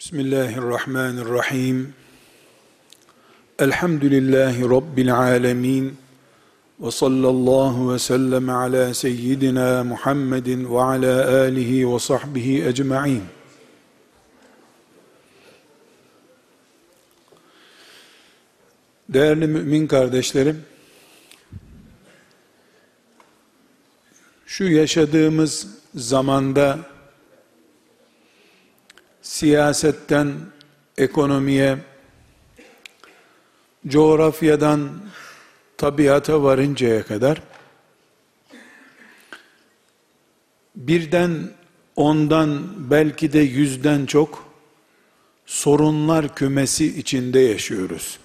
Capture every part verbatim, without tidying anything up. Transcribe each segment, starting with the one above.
Bismillahirrahmanirrahim. Elhamdülillahi Rabbil alemin. Ve sallallahu ve sellem ala seyyidina Muhammedin ve ala alihi ve sahbihi ecma'in. Değerli mümin kardeşlerim, şu yaşadığımız zamanda siyasetten ekonomiye, coğrafyadan tabiata varıncaya kadar birden, ondan, belki de yüzden çok sorunlar kümesi içinde yaşıyoruz.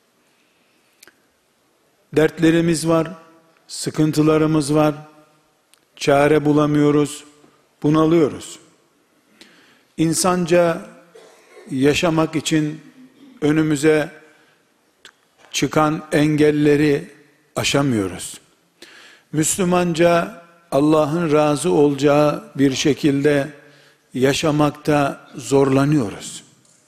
Dertlerimiz var, sıkıntılarımız var, çare bulamıyoruz, bunalıyoruz. İnsanca yaşamak için önümüze çıkan engelleri aşamıyoruz. Müslümanca Allah'ın razı olacağı bir şekilde yaşamakta zorlanıyoruz.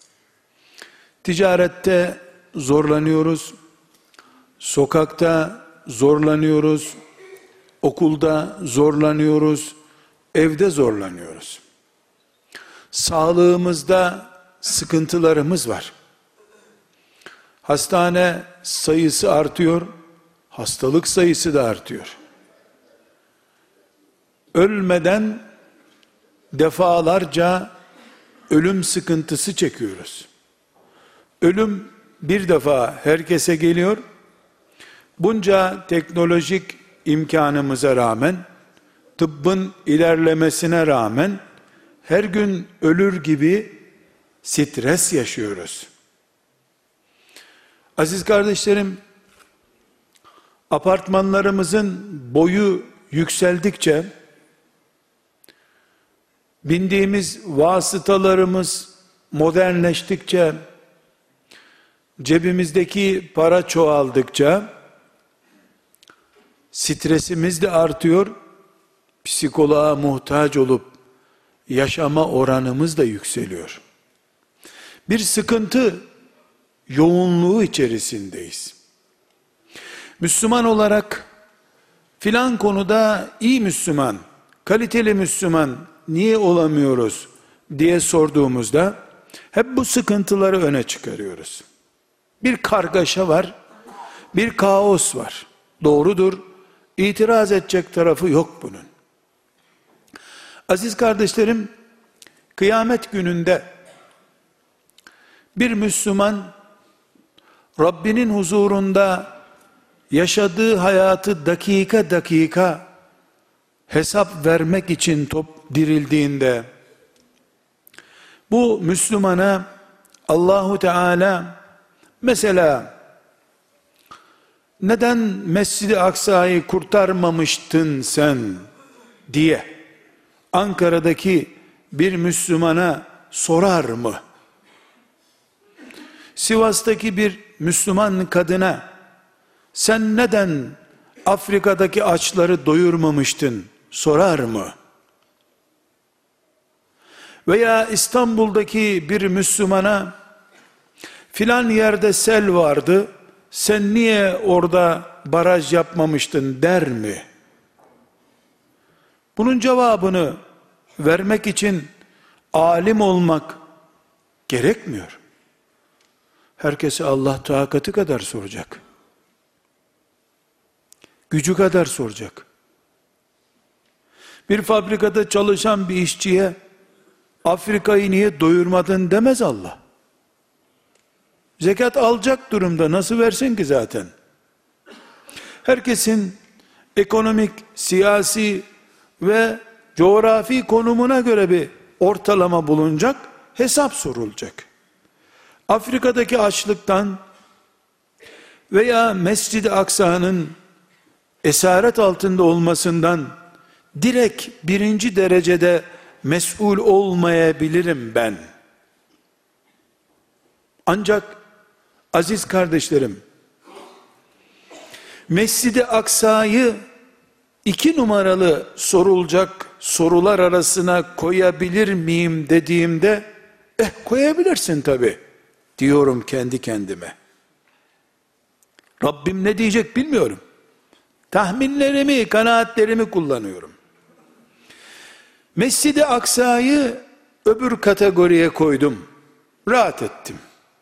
Ticarette zorlanıyoruz, sokakta zorlanıyoruz, okulda zorlanıyoruz, evde zorlanıyoruz. Sağlığımızda sıkıntılarımız var. Hastane sayısı artıyor, hastalık sayısı da artıyor. Ölmeden defalarca ölüm sıkıntısı çekiyoruz. Ölüm bir defa herkese geliyor. Bunca teknolojik imkanımıza rağmen, tıbbın ilerlemesine rağmen her gün ölür gibi stres yaşıyoruz. Aziz kardeşlerim, apartmanlarımızın boyu yükseldikçe, bindiğimiz vasıtalarımız modernleştikçe, cebimizdeki para çoğaldıkça, stresimiz de artıyor, psikoloğa muhtaç olup, yaşama oranımız da yükseliyor. Bir sıkıntı yoğunluğu içerisindeyiz. Müslüman olarak filan konuda iyi Müslüman, kaliteli Müslüman niye olamıyoruz diye sorduğumuzda hep bu sıkıntıları öne çıkarıyoruz. Bir kargaşa var, bir kaos var. Doğrudur, itiraz edecek tarafı yok bunun. Aziz kardeşlerim, kıyamet gününde bir Müslüman Rabbinin huzurunda yaşadığı hayatı dakika dakika hesap vermek için top dirildiğinde bu Müslümana Allahu Teala mesela neden Mescid-i Aksa'yı kurtarmamıştın sen diye Ankara'daki bir Müslümana sorar mı? Sivas'taki bir Müslüman kadına sen neden Afrika'daki açları doyurmamıştın sorar mı? Veya İstanbul'daki bir Müslümana filan yerde sel vardı, sen niye orada baraj yapmamıştın der mi? Bunun cevabını vermek için alim olmak gerekmiyor. Herkese Allah takati kadar soracak. Gücü kadar soracak. Bir fabrikada çalışan bir işçiye Afrika'yı niye doyurmadın demez Allah. Zekat alacak durumda, nasıl versin ki zaten? Herkesin ekonomik, siyasi ve coğrafi konumuna göre bir ortalama bulunacak, hesap sorulacak. Afrika'daki açlıktan veya Mescid-i Aksa'nın esaret altında olmasından direkt birinci derecede mesul olmayabilirim ben. Ancak aziz kardeşlerim, Mescid-i Aksa'yı iki numaralı sorulacak sorular arasına koyabilir miyim dediğimde Eh koyabilirsin tabii diyorum kendi kendime. Rabbim ne diyecek bilmiyorum. Tahminlerimi, kanaatlerimi kullanıyorum. Mescid-i Aksa'yı öbür kategoriye koydum. Rahat ettim.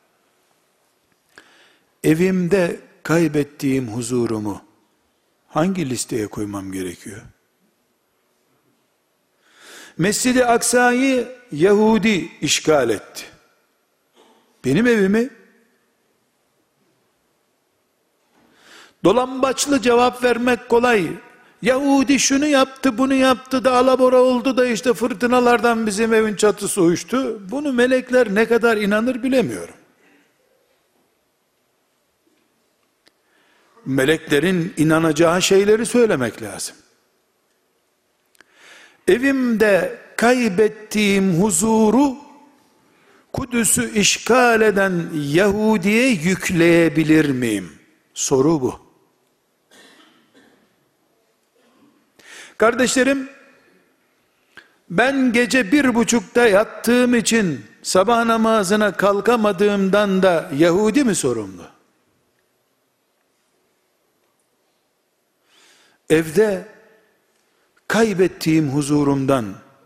Evimde kaybettiğim huzurumu hangi listeye koymam gerekiyor? Mescid-i Aksa'yı Yahudi işgal etti. Benim evimi dolambaçlı cevap vermek kolay. Yahudi şunu yaptı, bunu yaptı da alabora oldu da işte fırtınalardan bizim evin çatısı uçtu. Bunu melekler ne kadar inanır bilemiyorum. Meleklerin inanacağı şeyleri söylemek lazım. Evimde kaybettiğim huzuru Kudüs'ü işgal eden Yahudi'ye yükleyebilir miyim? Soru bu. Kardeşlerim, ben gece bir buçukta yattığım için sabah namazına kalkamadığımdan da Yahudi mi sorumlu? Evde kaybettiğim huzurumdan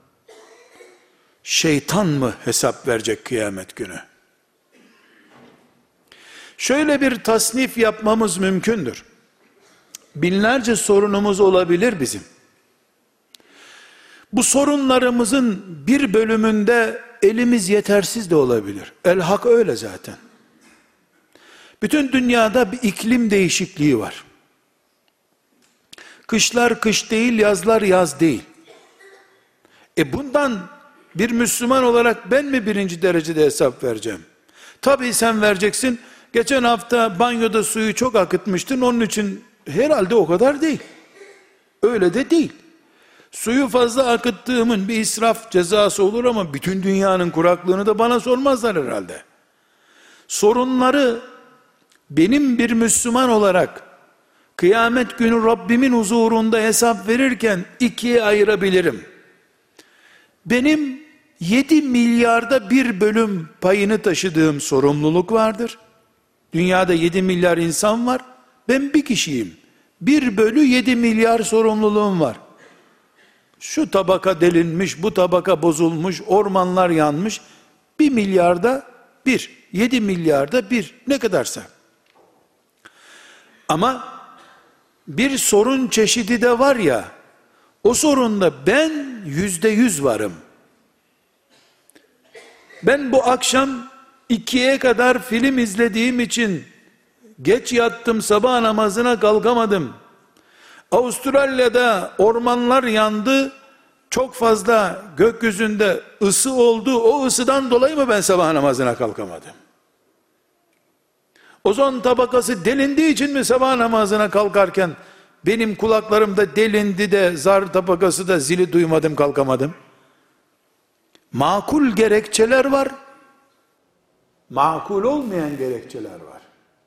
şeytan mı hesap verecek kıyamet günü? Şöyle bir tasnif yapmamız mümkündür. Binlerce sorunumuz olabilir bizim. Bu sorunlarımızın bir bölümünde elimiz yetersiz de olabilir. El hak öyle zaten. Bütün dünyada bir iklim değişikliği var. Kışlar kış değil, yazlar yaz değil. E bundan bir Müslüman olarak ben mi birinci derecede hesap vereceğim? Tabii sen vereceksin. Geçen hafta banyoda suyu çok akıtmıştın, onun için herhalde o kadar değil. Öyle de değil. Suyu fazla akıttığımın bir israf cezası olur ama bütün dünyanın kuraklığını da bana sormazlar herhalde. Sorunları benim bir Müslüman olarak kıyamet günü Rabbimin huzurunda hesap verirken ikiye ayırabilirim. Benim yedi milyarda bir bölüm payını taşıdığım sorumluluk vardır. Dünyada yedi milyar insan var. Ben bir kişiyim. bir bölü yedi milyar sorumluluğum var. Şu tabaka delinmiş, bu tabaka bozulmuş, ormanlar yanmış. Bir milyarda bir, yedi milyarda bir, ne kadarsa. Ama bir sorun çeşidi de var ya, o sorunda ben yüzde yüz varım. Ben bu akşam ikiye kadar film izlediğim için geç yattım, sabah namazına kalkamadım. Avustralya'da ormanlar yandı, çok fazla gökyüzünde ısı oldu, o ısıdan dolayı mı ben sabah namazına kalkamadım? Ozon tabakası delindiği için mi sabah namazına kalkarken benim kulaklarımda delindi de zar tabakası da zili duymadım, kalkamadım? Makul gerekçeler var, makul olmayan gerekçeler var.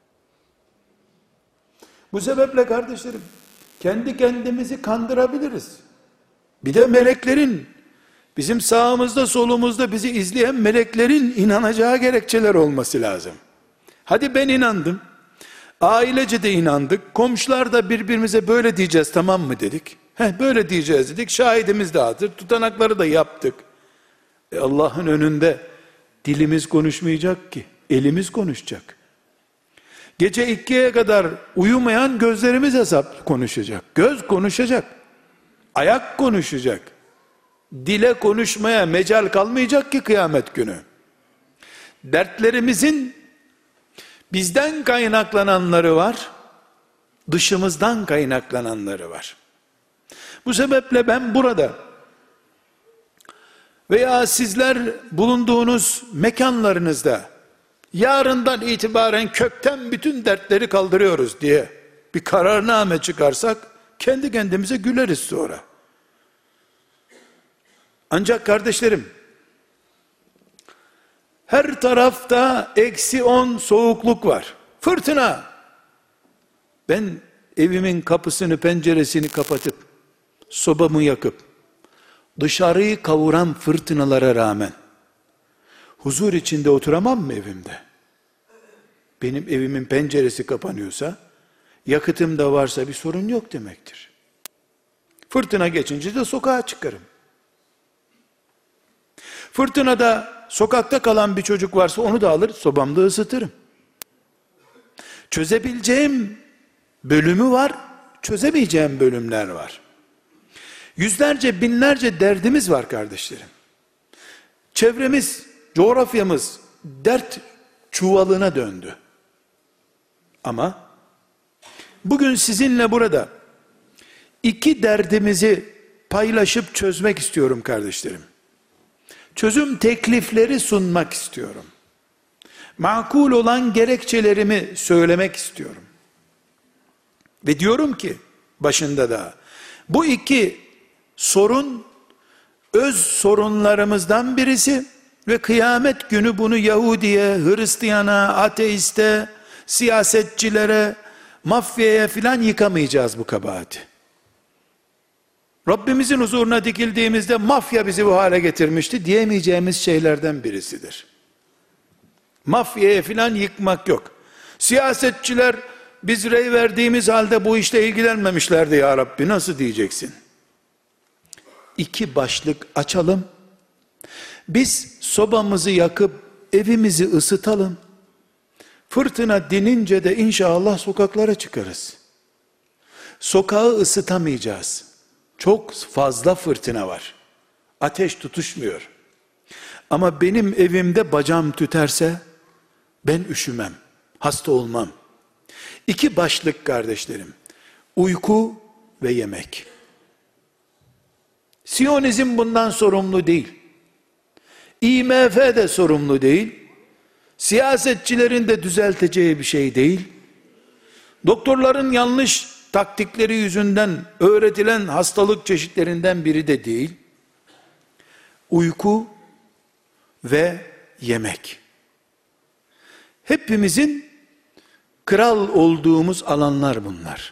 Bu sebeple kardeşlerim, kendi kendimizi kandırabiliriz. Bir de meleklerin, bizim sağımızda solumuzda bizi izleyen meleklerin inanacağı gerekçeler olması lazım. Hadi ben inandım, ailece de inandık, komşular da birbirimize böyle diyeceğiz tamam mı dedik. Heh, böyle diyeceğiz dedik, şahidimiz de hazır, tutanakları da yaptık. E Allah'ın önünde dilimiz konuşmayacak ki, elimiz konuşacak. Gece ikiye kadar uyumayan gözlerimiz hesap konuşacak. Göz konuşacak. Ayak konuşacak. Dile konuşmaya mecal kalmayacak ki kıyamet günü. Dertlerimizin bizden kaynaklananları var, dışımızdan kaynaklananları var. Bu sebeple ben burada veya sizler bulunduğunuz mekanlarınızda yarından itibaren kökten bütün dertleri kaldırıyoruz diye bir kararname çıkarsak kendi kendimize güleriz sonra. Ancak kardeşlerim, her tarafta eksi on soğukluk var. Fırtına. Ben evimin kapısını, penceresini kapatıp, sobamı yakıp, dışarıyı kavuran fırtınalara rağmen, huzur içinde oturamam mı evimde? Benim evimin penceresi kapanıyorsa, yakıtım da varsa bir sorun yok demektir. Fırtına geçince de sokağa çıkarım. Fırtınada sokakta kalan bir çocuk varsa onu da alır, sobamda ısıtırım. Çözebileceğim bölümü var, çözemeyeceğim bölümler var. Yüzlerce, binlerce derdimiz var kardeşlerim. Çevremiz, coğrafyamız dert çuvalına döndü. Ama bugün sizinle burada iki derdimizi paylaşıp çözmek istiyorum kardeşlerim. Çözüm teklifleri sunmak istiyorum. Makul olan gerekçelerimi söylemek istiyorum. Ve diyorum ki başında da bu iki sorun öz sorunlarımızdan birisi ve kıyamet günü bunu Yahudi'ye, Hristiyana, ateiste, siyasetçilere, mafyaya filan yıkamayacağız bu kabahati. Rabbimizin huzuruna dikildiğimizde mafya bizi bu hale getirmişti diyemeyeceğimiz şeylerden birisidir. Mafyaya filan yıkmak yok. Siyasetçiler biz rey verdiğimiz halde bu işle ilgilenmemişlerdi ya Rabbi, nasıl diyeceksin? İki başlık açalım. Biz sobamızı yakıp evimizi ısıtalım. Fırtına dinince de inşallah sokaklara çıkarız. Sokağı ısıtamayacağız. Çok fazla fırtına var. Ateş tutuşmuyor. Ama benim evimde bacağım tüterse ben üşümem, hasta olmam. İki başlık kardeşlerim. Uyku ve yemek. Siyonizm bundan sorumlu değil. İ M F de sorumlu değil. Siyasetçilerin de düzelteceği bir şey değil. Doktorların yanlış taktikleri yüzünden öğretilen hastalık çeşitlerinden biri de değil. Uyku ve yemek. Hepimizin kral olduğumuz alanlar bunlar.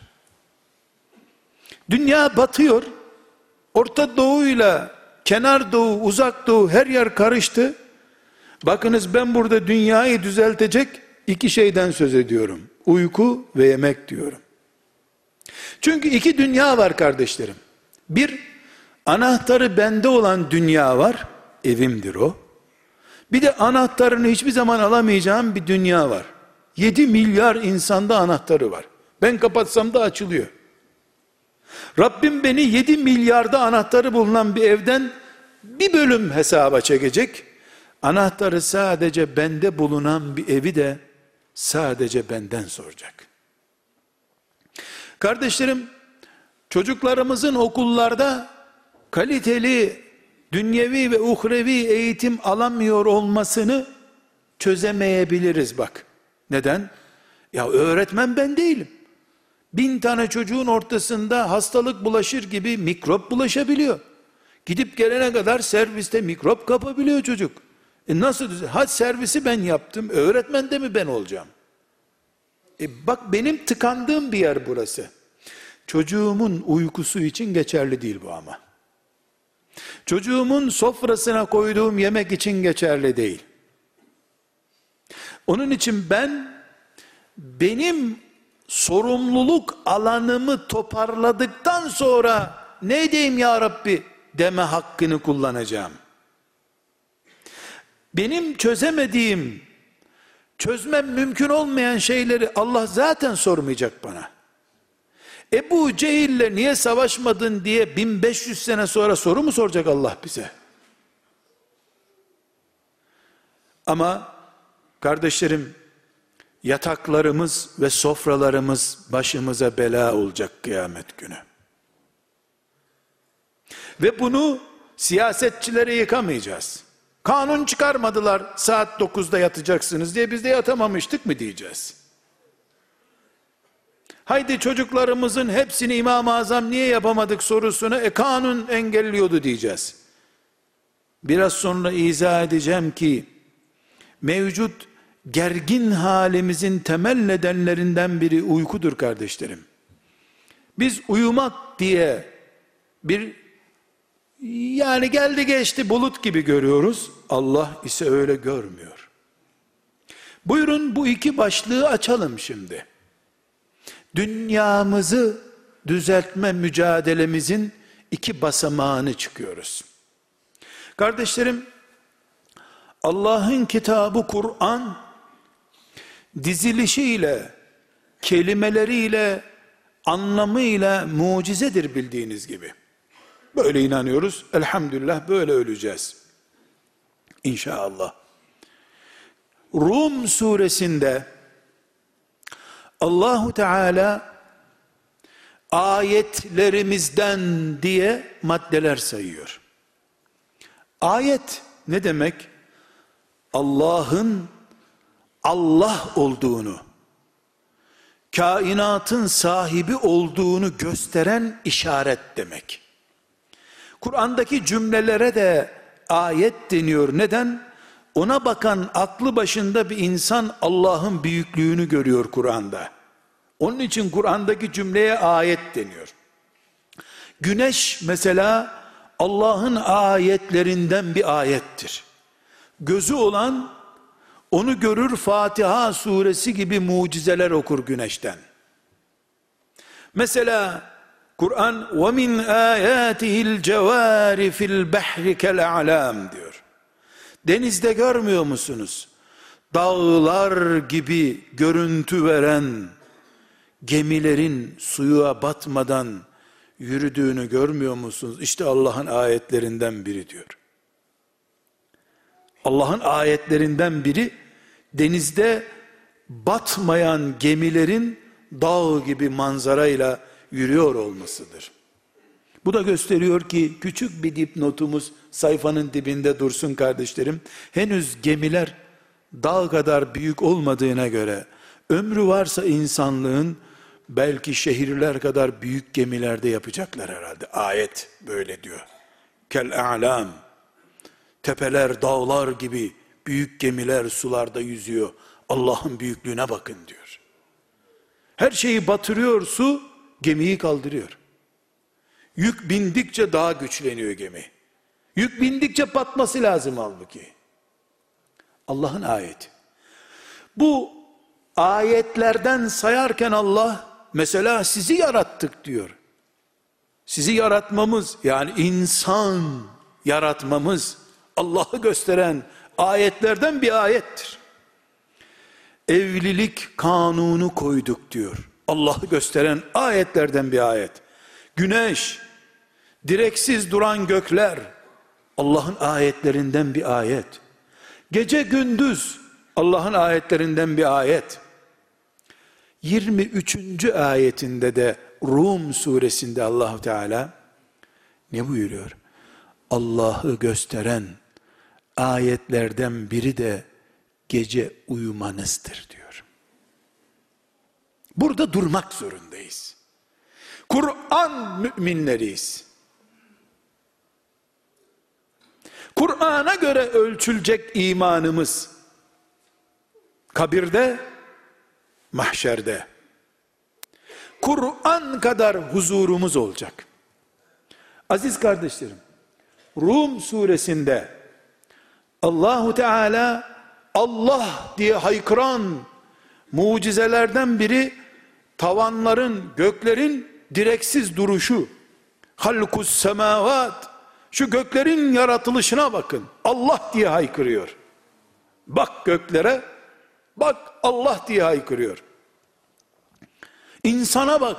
Dünya batıyor. Orta Doğu'yla Kenar Doğu, Uzak Doğu her yer karıştı. Bakınız ben burada dünyayı düzeltecek iki şeyden söz ediyorum. Uyku ve yemek diyorum. Çünkü iki dünya var kardeşlerim. Bir, anahtarı bende olan dünya var. Evimdir o. Bir de anahtarını hiçbir zaman alamayacağım bir dünya var. Yedi milyar insanda anahtarı var. Ben kapatsam da açılıyor. Rabbim beni yedi milyarda anahtarı bulunan bir evden bir bölüm hesaba çekecek. Anahtarı sadece bende bulunan bir evi de sadece benden soracak. Kardeşlerim, çocuklarımızın okullarda kaliteli dünyevi ve uhrevi eğitim alamıyor olmasını çözemeyebiliriz bak. Neden? Ya öğretmen ben değilim. Bin tane çocuğun ortasında hastalık bulaşır gibi mikrop bulaşabiliyor. Gidip gelene kadar serviste mikrop kapabiliyor çocuk. E nasıl? Ha servisi ben yaptım. Öğretmen de mi ben olacağım? E bak benim tıkandığım bir yer burası. Çocuğumun uykusu için geçerli değil bu ama. Çocuğumun sofrasına koyduğum yemek için geçerli değil. Onun için ben benim sorumluluk alanımı toparladıktan sonra ne edeyim ya Rabbi deme hakkını kullanacağım. Benim çözemediğim, çözmem mümkün olmayan şeyleri Allah zaten sormayacak bana. Ebu Cehil'le niye savaşmadın diye bin beş yüz sene sonra soru mu soracak Allah bize? Ama kardeşlerim, yataklarımız ve sofralarımız başımıza bela olacak kıyamet günü. Ve bunu siyasetçilere yıkamayacağız. Kanun çıkarmadılar saat dokuzda yatacaksınız diye, biz de yatamamıştık mı diyeceğiz. Haydi çocuklarımızın hepsini İmam-ı Azam niye yapamadık sorusuna e kanun engelliyordu diyeceğiz. Biraz sonra izah edeceğim ki mevcut gergin halimizin temel nedenlerinden biri uykudur kardeşlerim. Biz uyumak diye bir Yani geldi geçti bulut gibi görüyoruz. Allah ise öyle görmüyor. Buyurun bu iki başlığı açalım şimdi. Dünyamızı düzeltme mücadelemizin iki basamağını çıkıyoruz. Kardeşlerim, Allah'ın kitabı Kur'an, dizilişiyle, kelimeleriyle, anlamıyla mucizedir bildiğiniz gibi. Böyle inanıyoruz. Elhamdülillah böyle öleceğiz. İnşallah. Rum suresinde Allahu Teala ayetlerimizden diye maddeler sayıyor. Ayet ne demek? Allah'ın Allah olduğunu, kainatın sahibi olduğunu gösteren işaret demek. Kur'an'daki cümlelere de ayet deniyor. Neden? Ona bakan aklı başında bir insan Allah'ın büyüklüğünü görüyor Kur'an'da. Onun için Kur'an'daki cümleye ayet deniyor. Güneş mesela Allah'ın ayetlerinden bir ayettir. Gözü olan onu görür, Fatiha suresi gibi mucizeler okur güneşten. Mesela Kur'an وَمِنْ آيَاتِهِ الْجَوَارِ فِي الْبَحْرِ كَالْاَعْلَامِ diyor. Denizde görmüyor musunuz? Dağlar gibi görüntü veren gemilerin suya batmadan yürüdüğünü görmüyor musunuz? İşte Allah'ın ayetlerinden biri diyor. Allah'ın ayetlerinden biri denizde batmayan gemilerin dağ gibi manzarayla yürüyor olmasıdır. Bu da gösteriyor ki küçük bir dipnotumuz sayfanın dibinde dursun kardeşlerim. Henüz gemiler dağ kadar büyük olmadığına göre ömrü varsa insanlığın belki şehirler kadar büyük gemilerde yapacaklar herhalde. Ayet böyle diyor. Kel a'lam. Tepeler, dağlar gibi büyük gemiler sularda yüzüyor. Allah'ın büyüklüğüne bakın diyor. Her şeyi batırıyor su, gemiyi kaldırıyor. Yük bindikçe daha güçleniyor gemi. Yük bindikçe batması lazım halbuki. Allah'ın ayeti. Bu ayetlerden sayarken Allah mesela sizi yarattık diyor. Sizi yaratmamız, yani insan yaratmamız Allah'ı gösteren ayetlerden bir ayettir. Evlilik kanunu koyduk diyor. Allah'ı gösteren ayetlerden bir ayet. Güneş, direksiz duran gökler Allah'ın ayetlerinden bir ayet. Gece gündüz Allah'ın ayetlerinden bir ayet. yirmi üçüncü ayetinde de Rum suresinde Allah Teala ne buyuruyor? Allah'ı gösteren ayetlerden biri de gece uyumanızdır diyor. Burada durmak zorundayız. Kur'an müminleriyiz. Kur'an'a göre ölçülecek imanımız kabirde, mahşerde. Kur'an kadar huzurumuz olacak. Aziz kardeşlerim, Rum suresinde Allahu Teala Allah diye haykıran mucizelerden biri tavanların, göklerin direksiz duruşu. Halkus semavat, şu göklerin yaratılışına bakın. Allah diye haykırıyor. Bak göklere, bak Allah diye haykırıyor. İnsana bak.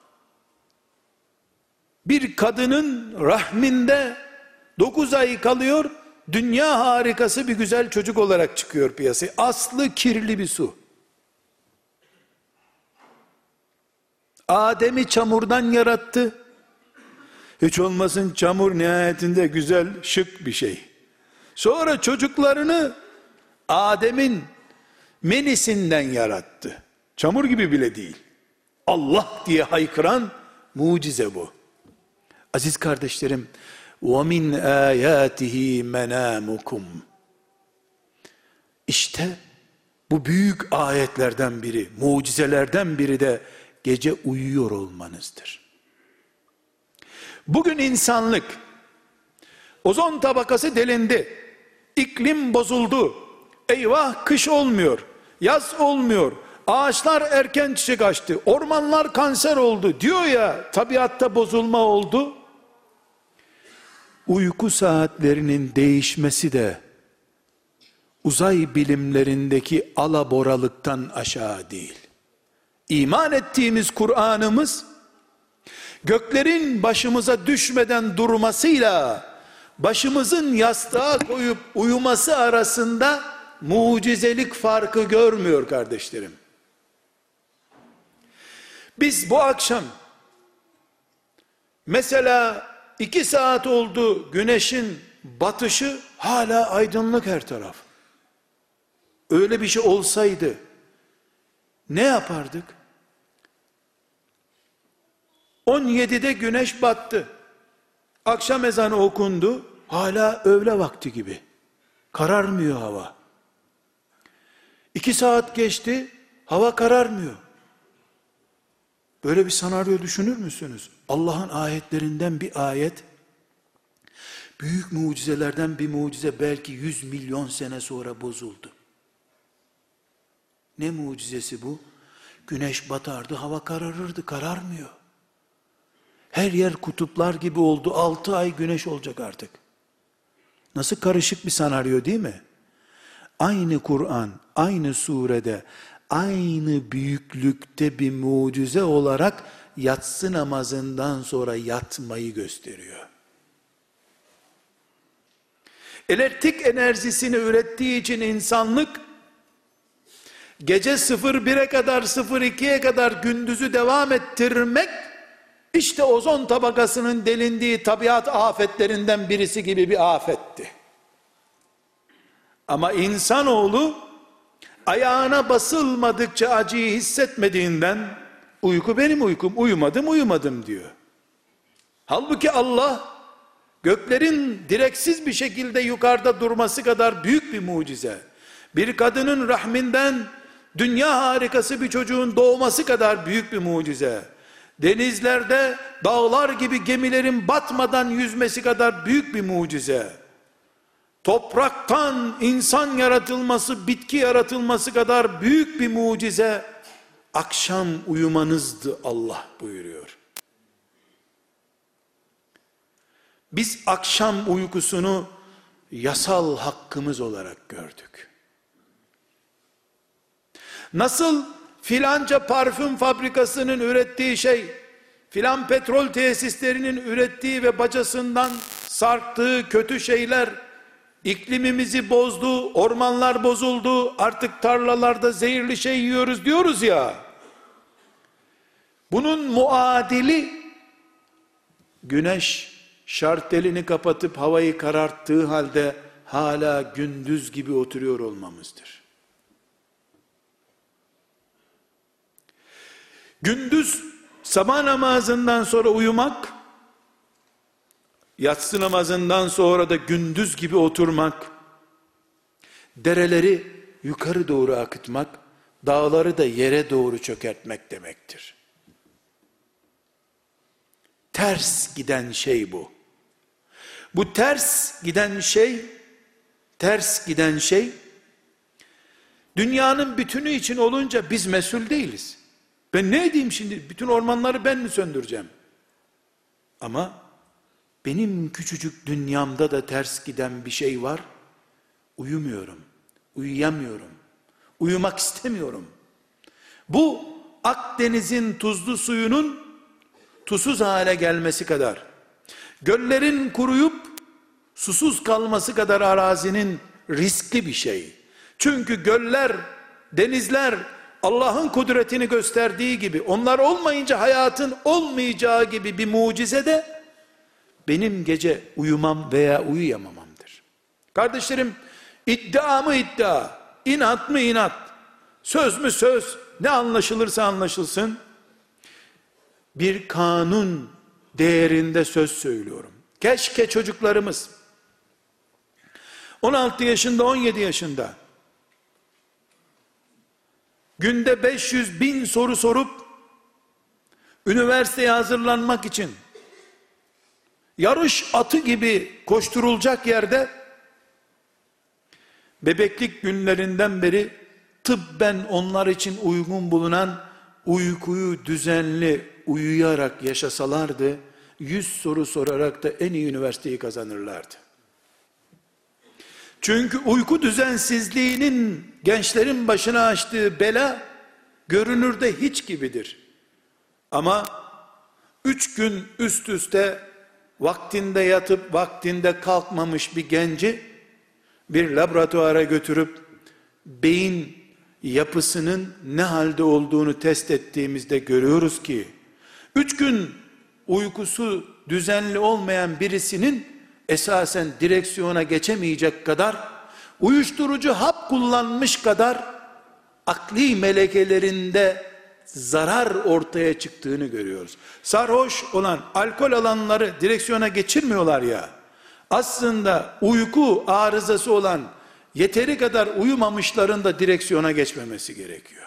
Bir kadının rahminde dokuz ay kalıyor, dünya harikası bir güzel çocuk olarak çıkıyor piyasaya. Aslı kirli bir su. Adem'i çamurdan yarattı. Hiç olmasın çamur nihayetinde güzel, şık bir şey. Sonra çocuklarını Adem'in menisinden yarattı. Çamur gibi bile değil. Allah diye haykıran mucize bu. Aziz kardeşlerim, وَمِنْ آيَاتِهِ مَنَامُكُمْ. İşte bu büyük ayetlerden biri, mucizelerden biri de gece uyuyor olmanızdır. Bugün insanlık Ozon tabakası delindi. İklim bozuldu. Eyvah, kış olmuyor. Yaz olmuyor. Ağaçlar erken çiçek açtı. Ormanlar kanser oldu diyor ya, tabiatta bozulma oldu. Uyku saatlerinin değişmesi de uzay bilimlerindeki alaboralıktan aşağı değil. İman ettiğimiz Kur'an'ımız göklerin başımıza düşmeden durmasıyla başımızın yastığa koyup uyuması arasında mucizelik farkı görmüyor kardeşlerim. Biz bu akşam mesela iki saat oldu, güneşin batışı, hala aydınlık her taraf. Öyle bir şey olsaydı ne yapardık? on yedide güneş battı. Akşam ezanı okundu. Hala öğle vakti gibi. Kararmıyor hava. İki saat geçti. Hava kararmıyor. Böyle bir senaryo düşünür müsünüz? Allah'ın ayetlerinden bir ayet, büyük mucizelerden bir mucize belki yüz milyon sene sonra bozuldu. Ne mucizesi bu? Güneş batardı, hava kararırdı, kararmıyor. Her yer kutuplar gibi oldu, altı ay güneş olacak artık. Nasıl karışık bir senaryo değil mi? Aynı Kur'an, aynı surede, aynı büyüklükte bir mucize olarak yatsı namazından sonra yatmayı gösteriyor. Elektrik enerjisini ürettiği için insanlık, gece sıfır bire kadar, sıfır ikiye kadar gündüzü devam ettirmek, işte ozon tabakasının delindiği tabiat afetlerinden birisi gibi bir afetti. Ama insanoğlu, ayağına basılmadıkça acıyı hissetmediğinden, uyku benim uykum, uyumadım uyumadım diyor. Halbuki Allah, göklerin direksiz bir şekilde yukarıda durması kadar büyük bir mucize, bir kadının rahminden dünya harikası bir çocuğun doğması kadar büyük bir mucize, denizlerde dağlar gibi gemilerin batmadan yüzmesi kadar büyük bir mucize, topraktan insan yaratılması, bitki yaratılması kadar büyük bir mucize, akşam uyumanızdı Allah buyuruyor. Biz akşam uykusunu yasal hakkımız olarak gördük. Nasıl filanca parfüm fabrikasının ürettiği şey, filan petrol tesislerinin ürettiği ve bacasından sarktığı kötü şeyler, iklimimizi bozdu, ormanlar bozuldu, artık tarlalarda zehirli şey yiyoruz diyoruz ya, bunun muadili, güneş şartelini kapatıp havayı kararttığı halde hala gündüz gibi oturuyor olmamızdır. Gündüz sabah namazından sonra uyumak, yatsı namazından sonra da gündüz gibi oturmak, dereleri yukarı doğru akıtmak, dağları da yere doğru çökertmek demektir. Ters giden şey bu. Bu ters giden şey, ters giden şey, dünyanın bütünü için olunca biz mesul değiliz. Ben ne edeyim şimdi? Bütün ormanları ben mi söndüreceğim? Ama benim küçücük dünyamda da ters giden bir şey var. Uyumuyorum. Uyuyamıyorum. Uyumak istemiyorum. Bu Akdeniz'in tuzlu suyunun tuzsuz hale gelmesi kadar, göllerin kuruyup susuz kalması kadar arazinin riskli bir şey. Çünkü göller, denizler Allah'ın kudretini gösterdiği gibi, onlar olmayınca hayatın olmayacağı gibi bir mucize de benim gece uyumam veya uyuyamamamdır. Kardeşlerim, iddia mı iddia, inat mı inat, söz mü söz, ne anlaşılırsa anlaşılsın, bir kanun değerinde söz söylüyorum. Keşke çocuklarımız on altı yaşında, on yedi yaşında günde beş yüz bin soru sorup üniversiteye hazırlanmak için yarış atı gibi koşturulacak yerde, bebeklik günlerinden beri tıbben onlar için uygun bulunan uykuyu düzenli uyuyarak yaşasalardı, yüz soru sorarak da en iyi üniversiteyi kazanırlardı. Çünkü uyku düzensizliğinin gençlerin başına açtığı bela, görünürde hiç gibidir. Ama üç gün üst üste vaktinde yatıp vaktinde kalkmamış bir genci bir laboratuvara götürüp beyin yapısının ne halde olduğunu test ettiğimizde görüyoruz ki üç gün uykusu düzenli olmayan birisinin esasen direksiyona geçemeyecek kadar, uyuşturucu hap kullanmış kadar akli melekelerinde zarar ortaya çıktığını görüyoruz. Sarhoş olan, alkol alanları direksiyona geçirmiyorlar ya, aslında uyku arızası olan, yeteri kadar uyumamışların da direksiyona geçmemesi gerekiyor.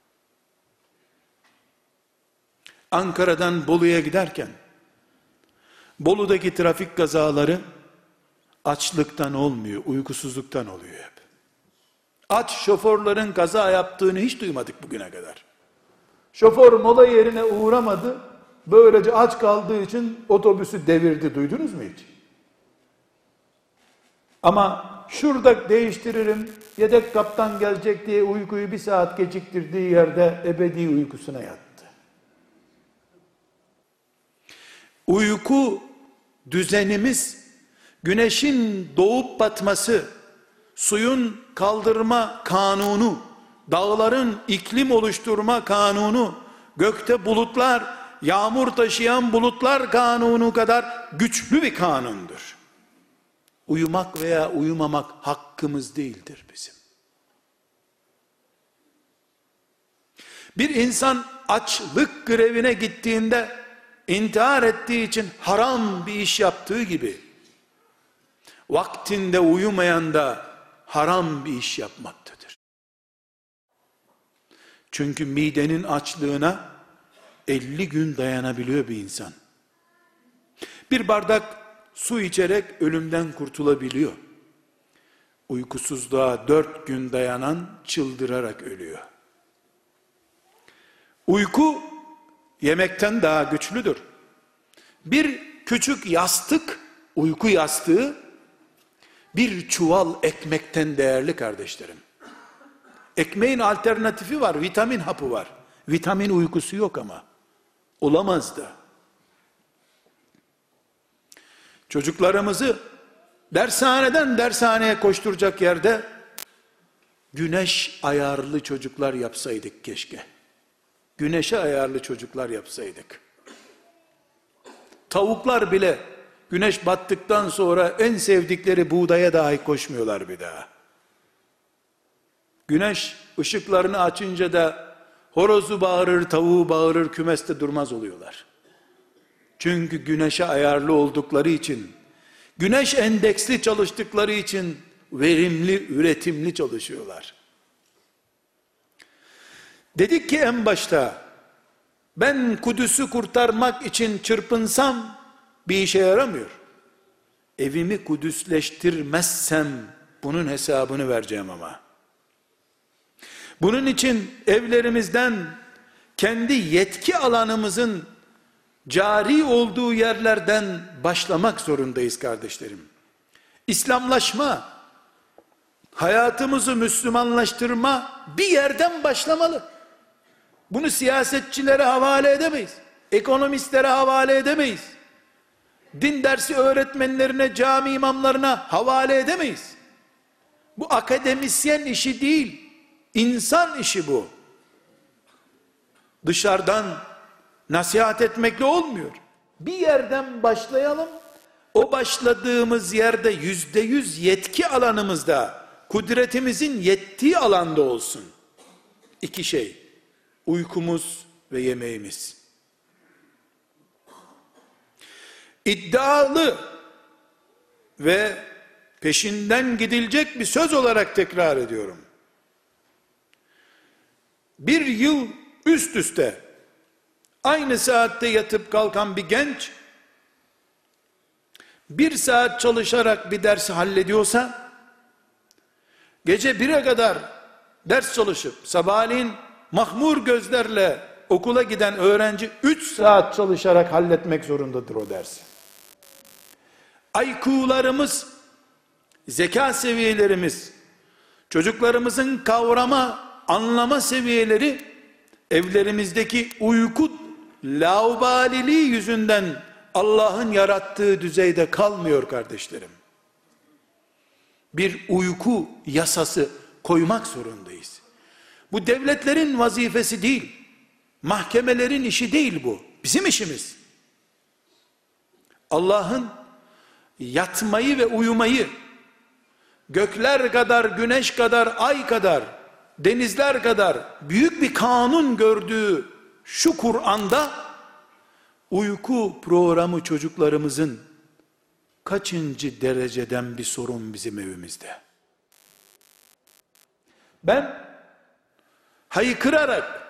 Ankara'dan Bolu'ya giderken, Bolu'daki trafik kazaları açlıktan olmuyor, uykusuzluktan oluyor hep. Aç şoförlerin kaza yaptığını hiç duymadık bugüne kadar. Şoför mola yerine uğramadı, böylece aç kaldığı için otobüsü devirdi, duydunuz mu hiç? Ama şurada değiştiririm, yedek kaptan gelecek diye uykuyu bir saat geciktirdiği yerde ebedi uykusuna yattı. Uyku düzenimiz, güneşin doğup batması, suyun kaldırma kanunu, dağların iklim oluşturma kanunu, gökte bulutlar, yağmur taşıyan bulutlar kanunu kadar güçlü bir kanundur. Uyumak veya uyumamak hakkımız değildir bizim. Bir insan açlık grevine gittiğinde intihar ettiği için haram bir iş yaptığı gibi, vaktinde uyumayan da haram bir iş yapmaktadır. Çünkü midenin açlığına elli gün dayanabiliyor bir insan. Bir bardak su içerek ölümden kurtulabiliyor. Uykusuzluğa dört gün dayanan çıldırarak ölüyor. Uyku yemekten daha güçlüdür. Bir küçük yastık, uyku yastığı, bir çuval ekmekten değerli kardeşlerim. Ekmeğin alternatifi var, vitamin hapı var. Vitamin uykusu yok ama. Olamaz da. Çocuklarımızı dershaneden dershaneye koşturacak yerde güneş ayarlı çocuklar yapsaydık keşke. Güneşe ayarlı çocuklar yapsaydık. Tavuklar bile güneş battıktan sonra en sevdikleri buğdaya dahi koşmuyorlar bir daha. Güneş ışıklarını açınca da horozu bağırır, tavuğu bağırır, kümeste durmaz oluyorlar. Çünkü güneşe ayarlı oldukları için, güneş endeksli çalıştıkları için verimli, üretimli çalışıyorlar. Dedik ki en başta, ben Kudüs'ü kurtarmak için çırpınsam bir işe yaramıyor. Evimi Kudüsleştirmezsem bunun hesabını vereceğim ama. Bunun için evlerimizden, kendi yetki alanımızın cari olduğu yerlerden başlamak zorundayız kardeşlerim. İslamlaşma, hayatımızı Müslümanlaştırma bir yerden başlamalı. Bunu siyasetçilere havale edemeyiz. Ekonomistlere havale edemeyiz. Din dersi öğretmenlerine, cami imamlarına havale edemeyiz. Bu akademisyen işi değil, insan işi bu. Dışarıdan nasihat etmekle olmuyor. Bir yerden başlayalım. O başladığımız yerde yüzde yüz yetki alanımızda, kudretimizin yettiği alanda olsun. İki şey: uykumuz ve yemeğimiz. İddialı ve peşinden gidilecek bir söz olarak tekrar ediyorum. Bir yıl üst üste aynı saatte yatıp kalkan bir genç, bir saat çalışarak bir dersi hallediyorsa, gece bire kadar ders çalışıp sabahleyin mahmur gözlerle okula giden öğrenci üç saat çalışarak halletmek zorundadır o dersi. I Q'larımız, zeka seviyelerimiz, çocuklarımızın kavrama, anlama seviyeleri evlerimizdeki uyku laubaliliği yüzünden Allah'ın yarattığı düzeyde kalmıyor kardeşlerim. Bir uyku yasası koymak zorundayız. Bu devletlerin vazifesi değil, mahkemelerin işi değil bu. Bizim işimiz. Allah'ın yatmayı ve uyumayı, gökler kadar, güneş kadar, ay kadar, denizler kadar büyük bir kanun gördüğü şu Kur'an'da, uyku programı çocuklarımızın kaçıncı dereceden bir sorun bizim evimizde? Ben haykırarak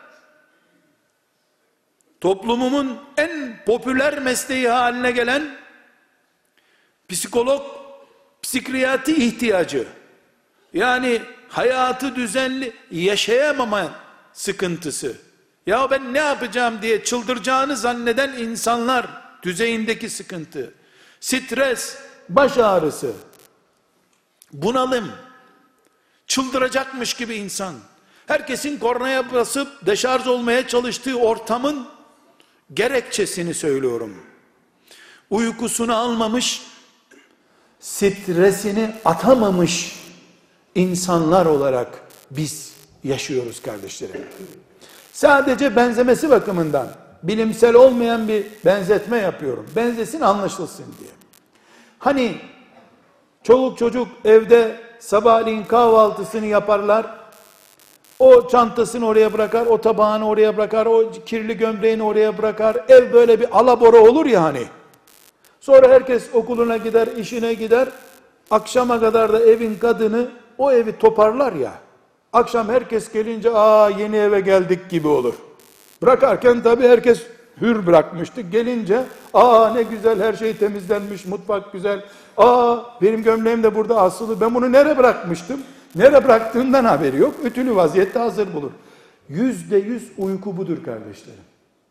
toplumumun en popüler mesleği haline gelen psikolog, psikiyatri ihtiyacı, yani hayatı düzenli yaşayamama sıkıntısı, ya ben ne yapacağım diye çıldıracağını zanneden insanlar düzeyindeki sıkıntı, stres, baş ağrısı, bunalım, çıldıracakmış gibi insan, herkesin kornaya basıp deşarj olmaya çalıştığı ortamın gerekçesini söylüyorum. Uykusunu almamış, stresini atamamış insanlar olarak biz yaşıyoruz kardeşlerim. Sadece benzemesi bakımından bilimsel olmayan bir benzetme yapıyorum. Benzesin, anlaşılsın diye. Hani çoluk çocuk evde sabahleyin kahvaltısını yaparlar. O çantasını oraya bırakar, o tabağını oraya bırakar, o kirli gömleğini oraya bırakar. Ev böyle bir alabora olur ya hani. Sonra herkes okuluna gider, işine gider. Akşama kadar da evin kadını o evi toparlar ya. Akşam herkes gelince aa yeni eve geldik gibi olur. Bırakarken tabii herkes hür bırakmıştı. Gelince aa ne güzel, her şey temizlenmiş, mutfak güzel. Aa benim gömleğim de burada asılı. Ben bunu nereye bırakmıştım? Nereye bıraktığından haberi yok. Ütülü vaziyette hazır bulur. Yüzde yüz uyku budur kardeşlerim.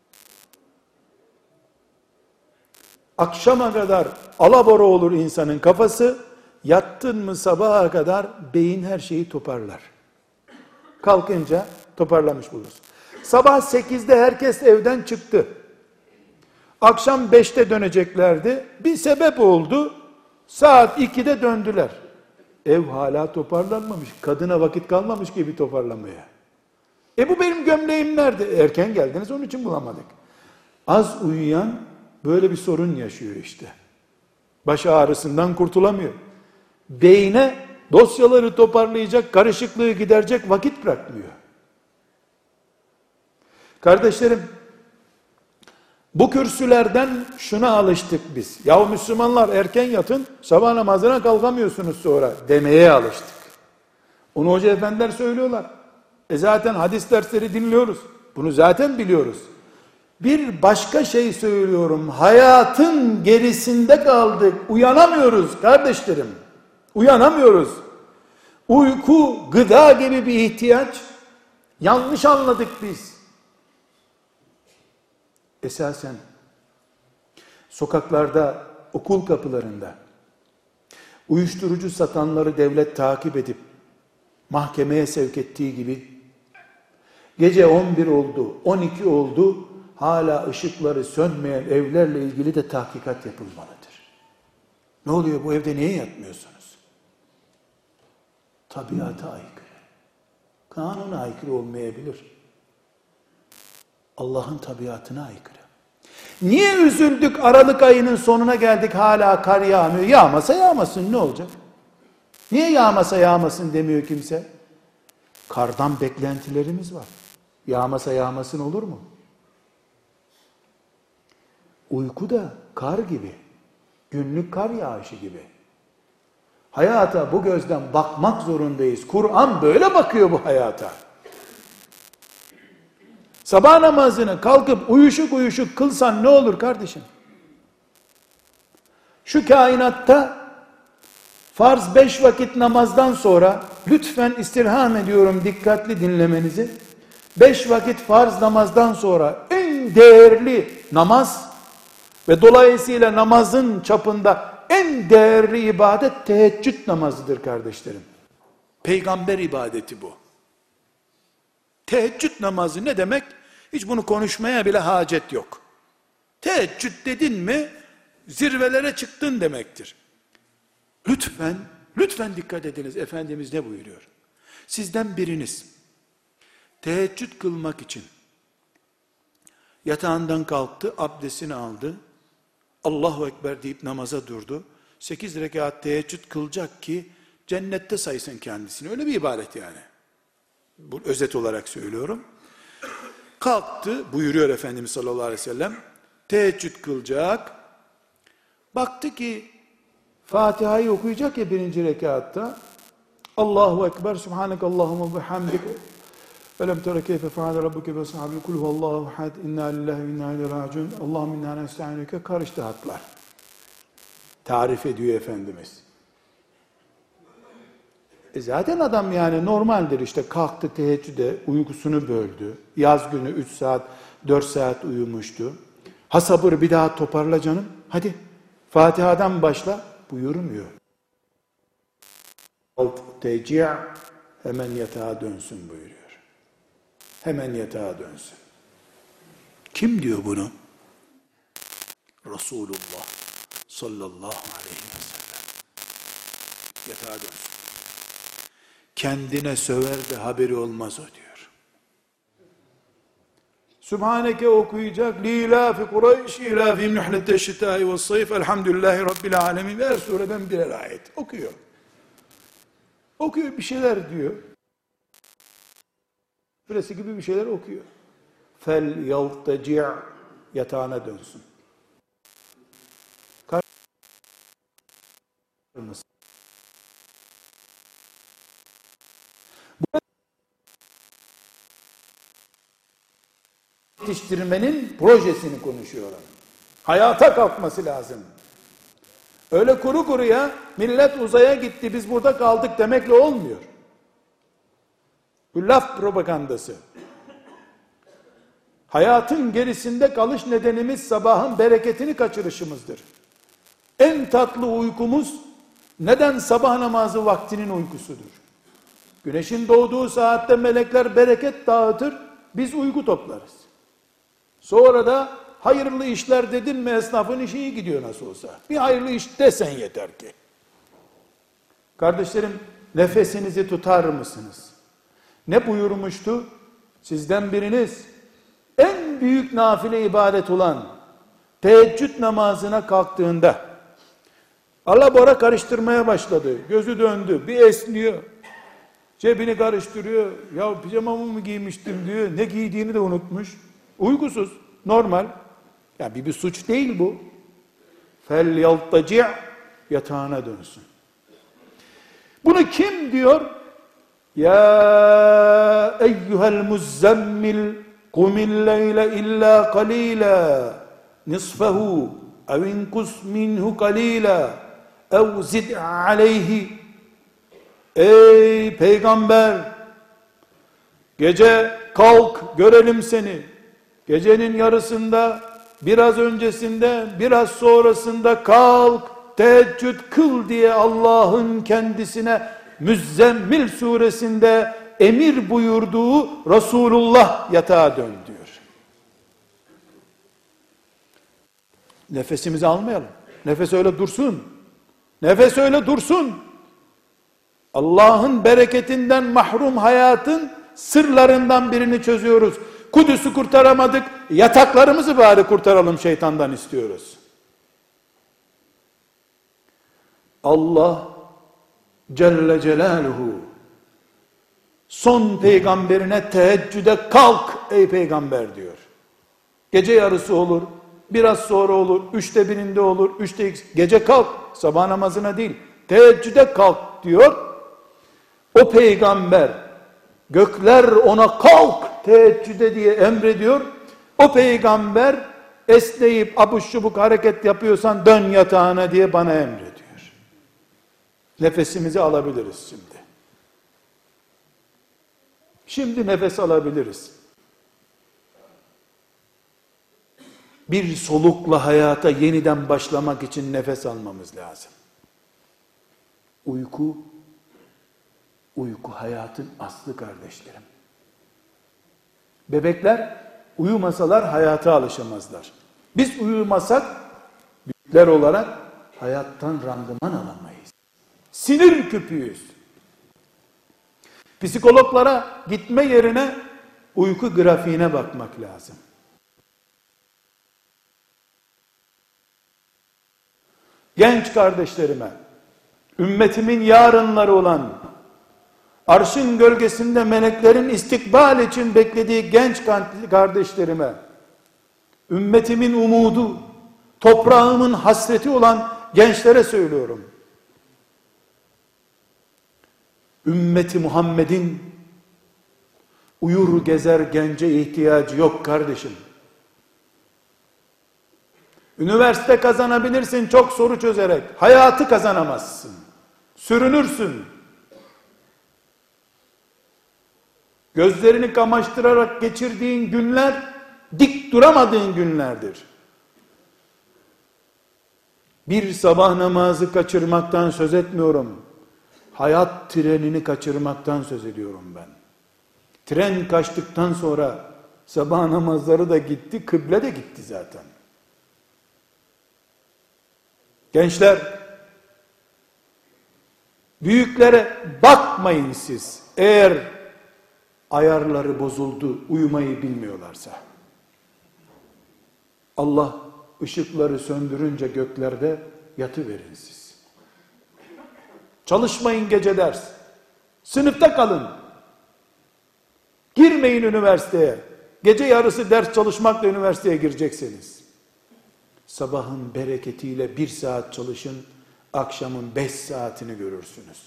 Akşama kadar alabora olur insanın kafası. Yattın mı sabaha kadar beyin her şeyi toparlar. Kalkınca toparlamış bulursun. Sabah sekizde herkes evden çıktı. Akşam beşte döneceklerdi. Bir sebep oldu. Saat ikide döndüler. Ev hala toparlanmamış. Kadına vakit kalmamış gibi toparlamaya. E bu benim gömleğim nerede? Erken geldiniz, onun için bulamadık. Az uyuyan böyle bir sorun yaşıyor işte. Baş ağrısından kurtulamıyor. Beyne dosyaları toparlayacak, karışıklığı giderecek vakit bırakmıyor. Kardeşlerim, bu kürsülerden şuna alıştık biz. Yahu Müslümanlar erken yatın, sabah namazına kalkamıyorsunuz sonra demeye alıştık. Onu hoca efendiler söylüyorlar. E zaten hadis dersleri dinliyoruz. Bunu zaten biliyoruz. Bir başka şey söylüyorum. Hayatın gerisinde kaldık. Uyanamıyoruz kardeşlerim. Uyanamıyoruz. Uyku, gıda gibi bir ihtiyaç. Yanlış anladık biz. Esasen sokaklarda, okul kapılarında uyuşturucu satanları devlet takip edip mahkemeye sevk ettiği gibi gece on bir oldu, on iki oldu, hala ışıkları sönmeyen evlerle ilgili de tahkikat yapılmalıdır. Ne oluyor, bu evde niye yatmıyorsunuz? Tabiata aykırı. Kanuna aykırı olmayabilir. Allah'ın tabiatına aykırı. Niye üzüldük, Aralık ayının sonuna geldik, hala kar yağmıyor? Yağmasa yağmasın, ne olacak? Niye yağmasa yağmasın demiyor kimse? Kardan beklentilerimiz var. Yağmasa yağmasın olur mu? Uyku da kar gibi. Günlük kar yağışı gibi. Hayata bu gözden bakmak zorundayız. Kur'an böyle bakıyor bu hayata. Sabah namazını kalkıp uyuşuk uyuşuk kılsan ne olur kardeşim? Şu kainatta farz beş vakit namazdan sonra, lütfen istirham ediyorum dikkatli dinlemenizi, beş vakit farz namazdan sonra en değerli namaz ve dolayısıyla namazın çapında en değerli ibadet teheccüd namazıdır kardeşlerim. Peygamber ibadeti bu. Teheccüd namazı ne demek? Hiç bunu konuşmaya bile hacet yok. Teheccüd dedin mi zirvelere çıktın demektir. Lütfen, lütfen dikkat ediniz. Efendimiz ne buyuruyor? Sizden biriniz teheccüd kılmak için yatağından kalktı, abdestini aldı, Allahu Ekber deyip namaza durdu. Sekiz rekat teheccüd kılacak ki cennette saysın kendisini. Öyle bir ibadet yani. Bu özet olarak söylüyorum. Kalktı, buyuruyor Efendimiz sallallahu aleyhi ve sellem, teheccüd kılacak. Baktı ki Fatiha'yı okuyacak ya birinci rekatta. Allahu Ekber, Subhanakallahumma ve hamdik. Velem tere keyfe feale rabbuke ve ashabi kul huvallahu ahad inna lillahi ve inna ileyhi raciun. Allahümme inna nestainuke, karıştı hatlar. Tarif ediyor Efendimiz. E zaten adam yani normaldir işte, kalktı teheccüde, uykusunu böldü. Yaz günü üç saat, dört saat uyumuştu. Ha sabır, bir daha toparla canım. Hadi Fatiha'dan başla buyurmuyor. Teci' hemen yatağa dönsün buyuruyor. Hemen yatağa dönsün. Kim diyor bunu? Resulullah sallallahu aleyhi ve sellem. Yatağa dönsün. Kendine söver de haberi olmaz o diyor. Sübhaneke okuyacak. Lilafi Kureyş, ilafim nuhlete şitâi ve sayf, elhamdülillahi rabbil alemin. Her sureden birer ayet okuyor. Okuyor, bir şeyler diyor. Burası gibi bir şeyler okuyor. Fel yaltaci' yatağına dönsün. Yetiştirmenin projesini konuşuyorlar. Hayata kalkması lazım. Öyle kuru kuruya millet uzaya gitti biz burada kaldık demekle olmuyor. Bu laf propagandası. Hayatın gerisinde kalış nedenimiz sabahın bereketini kaçırışımızdır. En tatlı uykumuz neden sabah namazı vaktinin uykusudur. Güneşin doğduğu saatte melekler bereket dağıtır, biz uyku toplarız. Sonra da hayırlı işler dedin mi esnafın işi iyi gidiyor nasıl olsa. Bir hayırlı iş desen yeter ki. Kardeşlerim, nefesinizi tutar mısınız? Ne buyurmuştu? Sizden biriniz en büyük nafile ibadet olan teheccüd namazına kalktığında Allah bora karıştırmaya başladı. Gözü döndü. Bir esniyor. Cebini karıştırıyor. Ya pijamamı mı giymiştim diyor. Ne giydiğini de unutmuş. Uykusuz. Normal. Ya bir, bir suç değil bu. Fel yaltaci' yatağına dönsün. Bunu kim diyor? Ya eyyuhel muzzemmil kumil leyle illa qalila nisfahu ev inkus minhu qalila ev zid aleyhi. Ey peygamber, gece kalk görelim seni. Gecenin yarısında, biraz öncesinde, biraz sonrasında kalk, teheccüd kıl diye Allah'ın kendisine Müzzemmil suresinde emir buyurduğu Resulullah yatağa dön diyor. Nefesimizi almayalım. Nefes öyle dursun. Nefes öyle dursun. Allah'ın bereketinden mahrum hayatın sırlarından birini çözüyoruz. Kudüs'ü kurtaramadık, yataklarımızı bari kurtaralım şeytandan istiyoruz. Allah Celle Celaluhu son peygamberine teheccüde kalk ey peygamber diyor. Gece yarısı olur, biraz sonra olur, üçte birinde olur, üçte x. Gece kalk, sabah namazına değil, teheccüde kalk diyor. O peygamber, gökler ona kalk teheccüde diye emrediyor. O peygamber esneyip abuk şubuk hareket yapıyorsan dön yatağına diye bana emrediyor. Nefesimizi alabiliriz şimdi. Şimdi nefes alabiliriz. Bir solukla hayata yeniden başlamak için nefes almamız lazım. Uyku, uyku hayatın aslı kardeşlerim. Bebekler uyumasalar hayata alışamazlar. Biz uyumasak büyükler olarak hayattan randıman alamayız. Sinir küpüyüz. Psikologlara gitme yerine uyku grafiğine bakmak lazım. Genç kardeşlerime, ümmetimin yarınları olan, arşın gölgesinde meleklerin istikbal için beklediği genç kardeşlerime, ümmetimin umudu, toprağımın hasreti olan gençlere söylüyorum. Ümmeti Muhammed'in uyur gezer gence ihtiyacı yok kardeşim. Üniversite kazanabilirsin çok soru çözerek. Hayatı kazanamazsın. Sürünürsün. Gözlerini kamaştırarak geçirdiğin günler, dik duramadığın günlerdir. Bir sabah namazı kaçırmaktan söz etmiyorum. Hayat trenini kaçırmaktan söz ediyorum ben. Tren kaçtıktan sonra sabah namazları da gitti, kıble de gitti zaten. Gençler, büyüklere bakmayın siz. Eğer ayarları bozuldu, uyumayı bilmiyorlarsa. Allah ışıkları söndürünce göklerde yatıverin siz. Çalışmayın gece ders. Sınıfta kalın. Girmeyin üniversiteye. Gece yarısı ders çalışmakla üniversiteye gireceksiniz. Sabahın bereketiyle bir saat çalışın, akşamın beş saatini görürsünüz.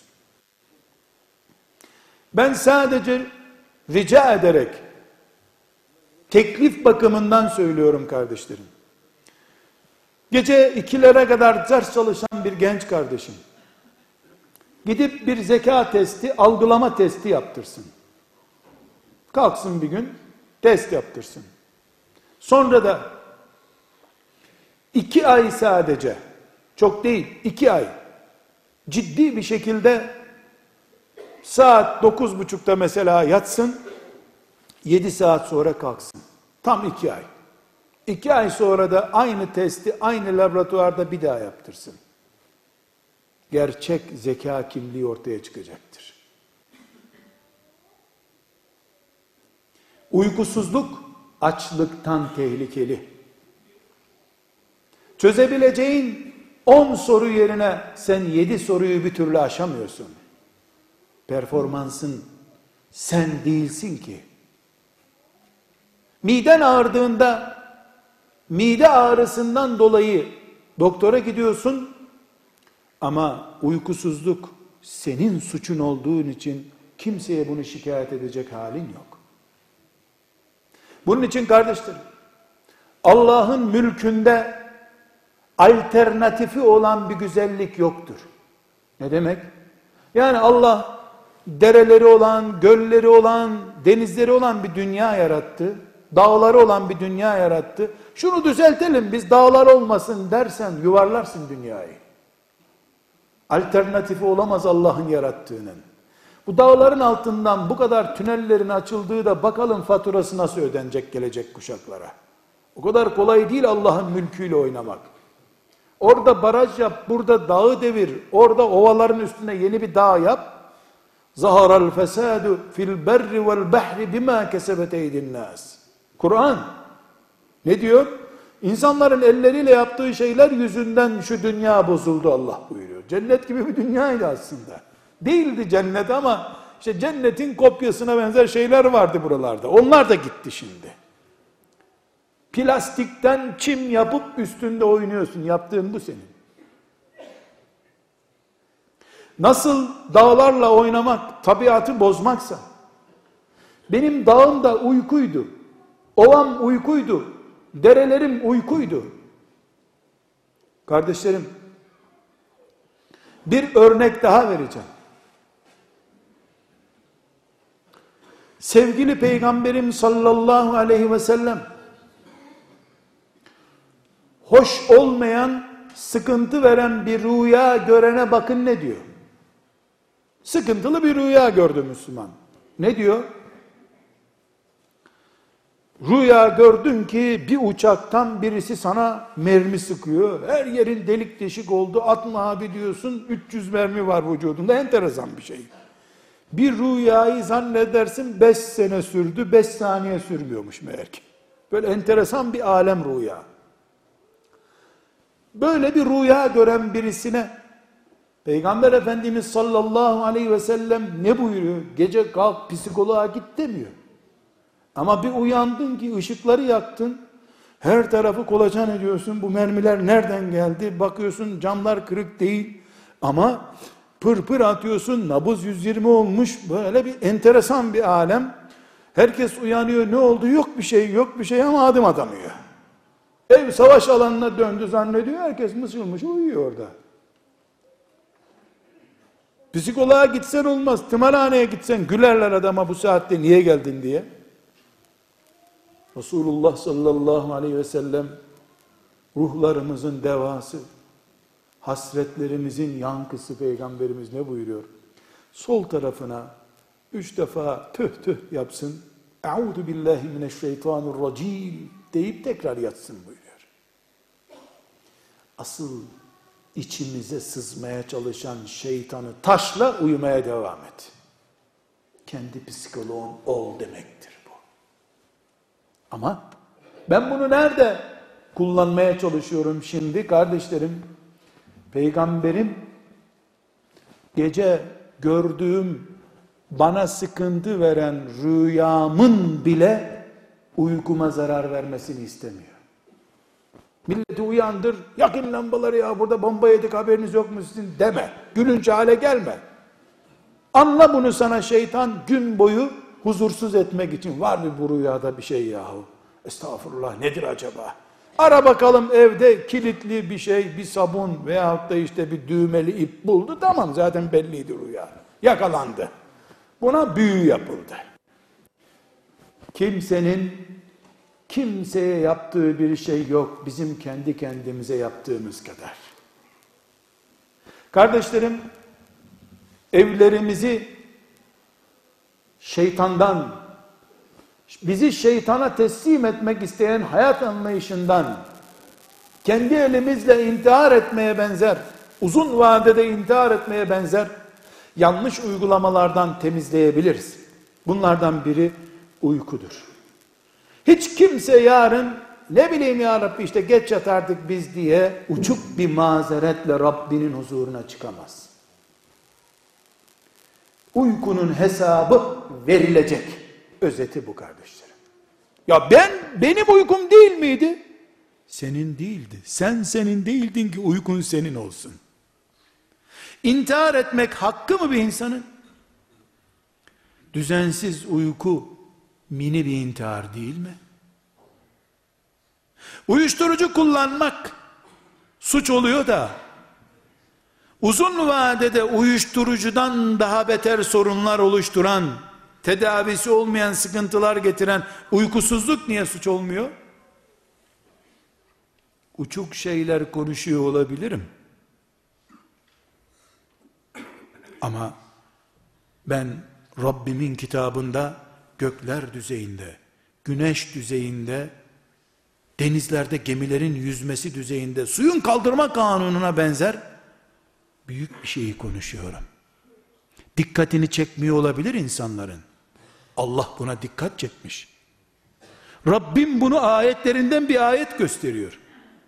Ben sadece rica ederek, teklif bakımından söylüyorum kardeşlerim. Gece ikilere kadar ders çalışan bir genç kardeşim, gidip bir zeka testi, algılama testi yaptırsın. Kalksın bir gün, test yaptırsın. Sonra da iki ay sadece, çok değil, iki ay, ciddi bir şekilde saat dokuz buçukta mesela yatsın, yedi saat sonra kalksın. Tam iki ay. İki ay sonra da aynı testi, aynı laboratuvarda bir daha yaptırsın. Gerçek zeka kimliği ortaya çıkacaktır. Uykusuzluk açlıktan tehlikeli. Çözebileceğin on soru yerine sen yedi soruyu bir türlü aşamıyorsun. Performansın sen değilsin ki. Miden ağrıdığında mide ağrısından dolayı doktora gidiyorsun ama uykusuzluk senin suçun olduğun için kimseye bunu şikayet edecek halin yok. Bunun için kardeşlerim, Allah'ın mülkünde alternatifi olan bir güzellik yoktur. Ne demek? Yani Allah dereleri olan, gölleri olan, denizleri olan bir dünya yarattı. Dağları olan bir dünya yarattı. Şunu düzeltelim biz, dağlar olmasın dersen yuvarlarsın dünyayı. Alternatifi olamaz Allah'ın yarattığının. Bu dağların altından bu kadar tünellerin açıldığı da bakalım faturası nasıl ödenecek gelecek kuşaklara. O kadar kolay değil Allah'ın mülküyle oynamak. Orada baraj yap, burada dağı devir, orada ovaların üstüne yeni bir dağ yap. Zaharal fesadu fil berri vel bahri bima kesebet eydin nas. Kur'an ne diyor? İnsanların elleriyle yaptığı şeyler yüzünden şu dünya bozuldu Allah buyuruyor. Cennet gibi bir dünyaydı aslında. Değildi cennet ama işte cennetin kopyasına benzer şeyler vardı buralarda. Onlar da gitti şimdi. Plastikten çim yapıp üstünde oynuyorsun. Yaptığın bu senin. Nasıl dağlarla oynamak tabiatı bozmaksa, benim dağım da uykuydu, ovam uykuydu, Derelerim uykuydu. Kardeşlerim, bir örnek daha vereceğim. Sevgili Peygamberim sallallahu aleyhi ve sellem, hoş olmayan, sıkıntı veren bir rüya görene bakın ne diyor? Sıkıntılı bir rüya gördü Müslüman. Ne diyor? Rüya gördün ki bir uçaktan birisi sana mermi sıkıyor. Her yerin delik deşik oldu. Atma abi diyorsun. üç yüz mermi var vücudunda. Enteresan bir şey. Bir rüyayı zannedersin beş sene sürdü. beş saniye sürmüyormuş meğer ki. Böyle enteresan bir alem rüya. Böyle bir rüya gören birisine Peygamber Efendimiz sallallahu aleyhi ve sellem ne buyuruyor? Gece kalk psikoloğa git demiyor. Ama bir uyandın ki ışıkları yaktın, her tarafı kolaçan ediyorsun, bu mermiler nereden geldi? Bakıyorsun camlar kırık değil ama pır pır atıyorsun, nabız yüz yirmi olmuş, böyle bir enteresan bir alem. Herkes uyanıyor, ne oldu? Yok bir şey, yok bir şey ama adım atamıyor. Ev savaş alanına döndü zannediyor, herkes mısır mısır uyuyor orada. Psikoloğa gitsen olmaz, tımarhaneye gitsen gülerler adama bu saatte niye geldin diye. Resulullah sallallahu aleyhi ve sellem ruhlarımızın devası, hasretlerimizin yankısı Peygamberimiz ne buyuruyor? Sol tarafına üç defa tüh tüh yapsın. Euzu billahi mineşşeytanirracim deyip tekrar yatsın buyuruyor. Asıl içimize sızmaya çalışan şeytanı taşla uyumaya devam et. Kendi psikoloğun ol demektir bu. Ama ben bunu nerede kullanmaya çalışıyorum şimdi kardeşlerim? Peygamberim gece gördüğüm bana sıkıntı veren rüyamın bile uykuma zarar vermesini istemiyor. Milleti uyandır, yakın lambaları ya burada bomba yedik haberiniz yok mu sizin deme. Gülünç hale gelme. Anla bunu sana şeytan gün boyu huzursuz etmek için. Var mı bu rüyada bir şey yahu? Estağfurullah nedir acaba? Ara bakalım evde kilitli bir şey, bir sabun veyahut da işte bir düğmeli ip buldu. Tamam zaten belliydi rüya. Yakalandı. Buna büyü yapıldı. Kimsenin kimseye yaptığı bir şey yok. Bizim kendi kendimize yaptığımız kadar. Kardeşlerim, evlerimizi şeytandan, bizi şeytana teslim etmek isteyen hayat anlayışından, kendi elimizle intihar etmeye benzer, uzun vadede intihar etmeye benzer yanlış uygulamalardan temizleyebiliriz. Bunlardan biri uykudur. Hiç kimse yarın ne bileyim ya Rabbi işte geç yatardık biz diye uçuk bir mazeretle Rabbinin huzuruna çıkamaz. Uykunun hesabı verilecek. Özeti bu kardeşlerim. Ya ben, benim uykum değil miydi? Senin değildi. Sen senin değildin ki uykun senin olsun. İntihar etmek hakkı mı bir insanın? Düzensiz uyku mini bir intihar değil mi? Uyuşturucu kullanmak suç oluyor da uzun vadede uyuşturucudan daha beter sorunlar oluşturan, tedavisi olmayan sıkıntılar getiren uykusuzluk niye suç olmuyor? Uçuk şeyler konuşuyor olabilirim. Ama ben Rabbimin kitabında gökler düzeyinde, güneş düzeyinde, denizlerde gemilerin yüzmesi düzeyinde, suyun kaldırma kanununa benzer büyük bir şeyi konuşuyorum. Dikkatini çekmiyor olabilir insanların. Allah buna dikkat çekmiş. Rabbim bunu ayetlerinden bir ayet gösteriyor.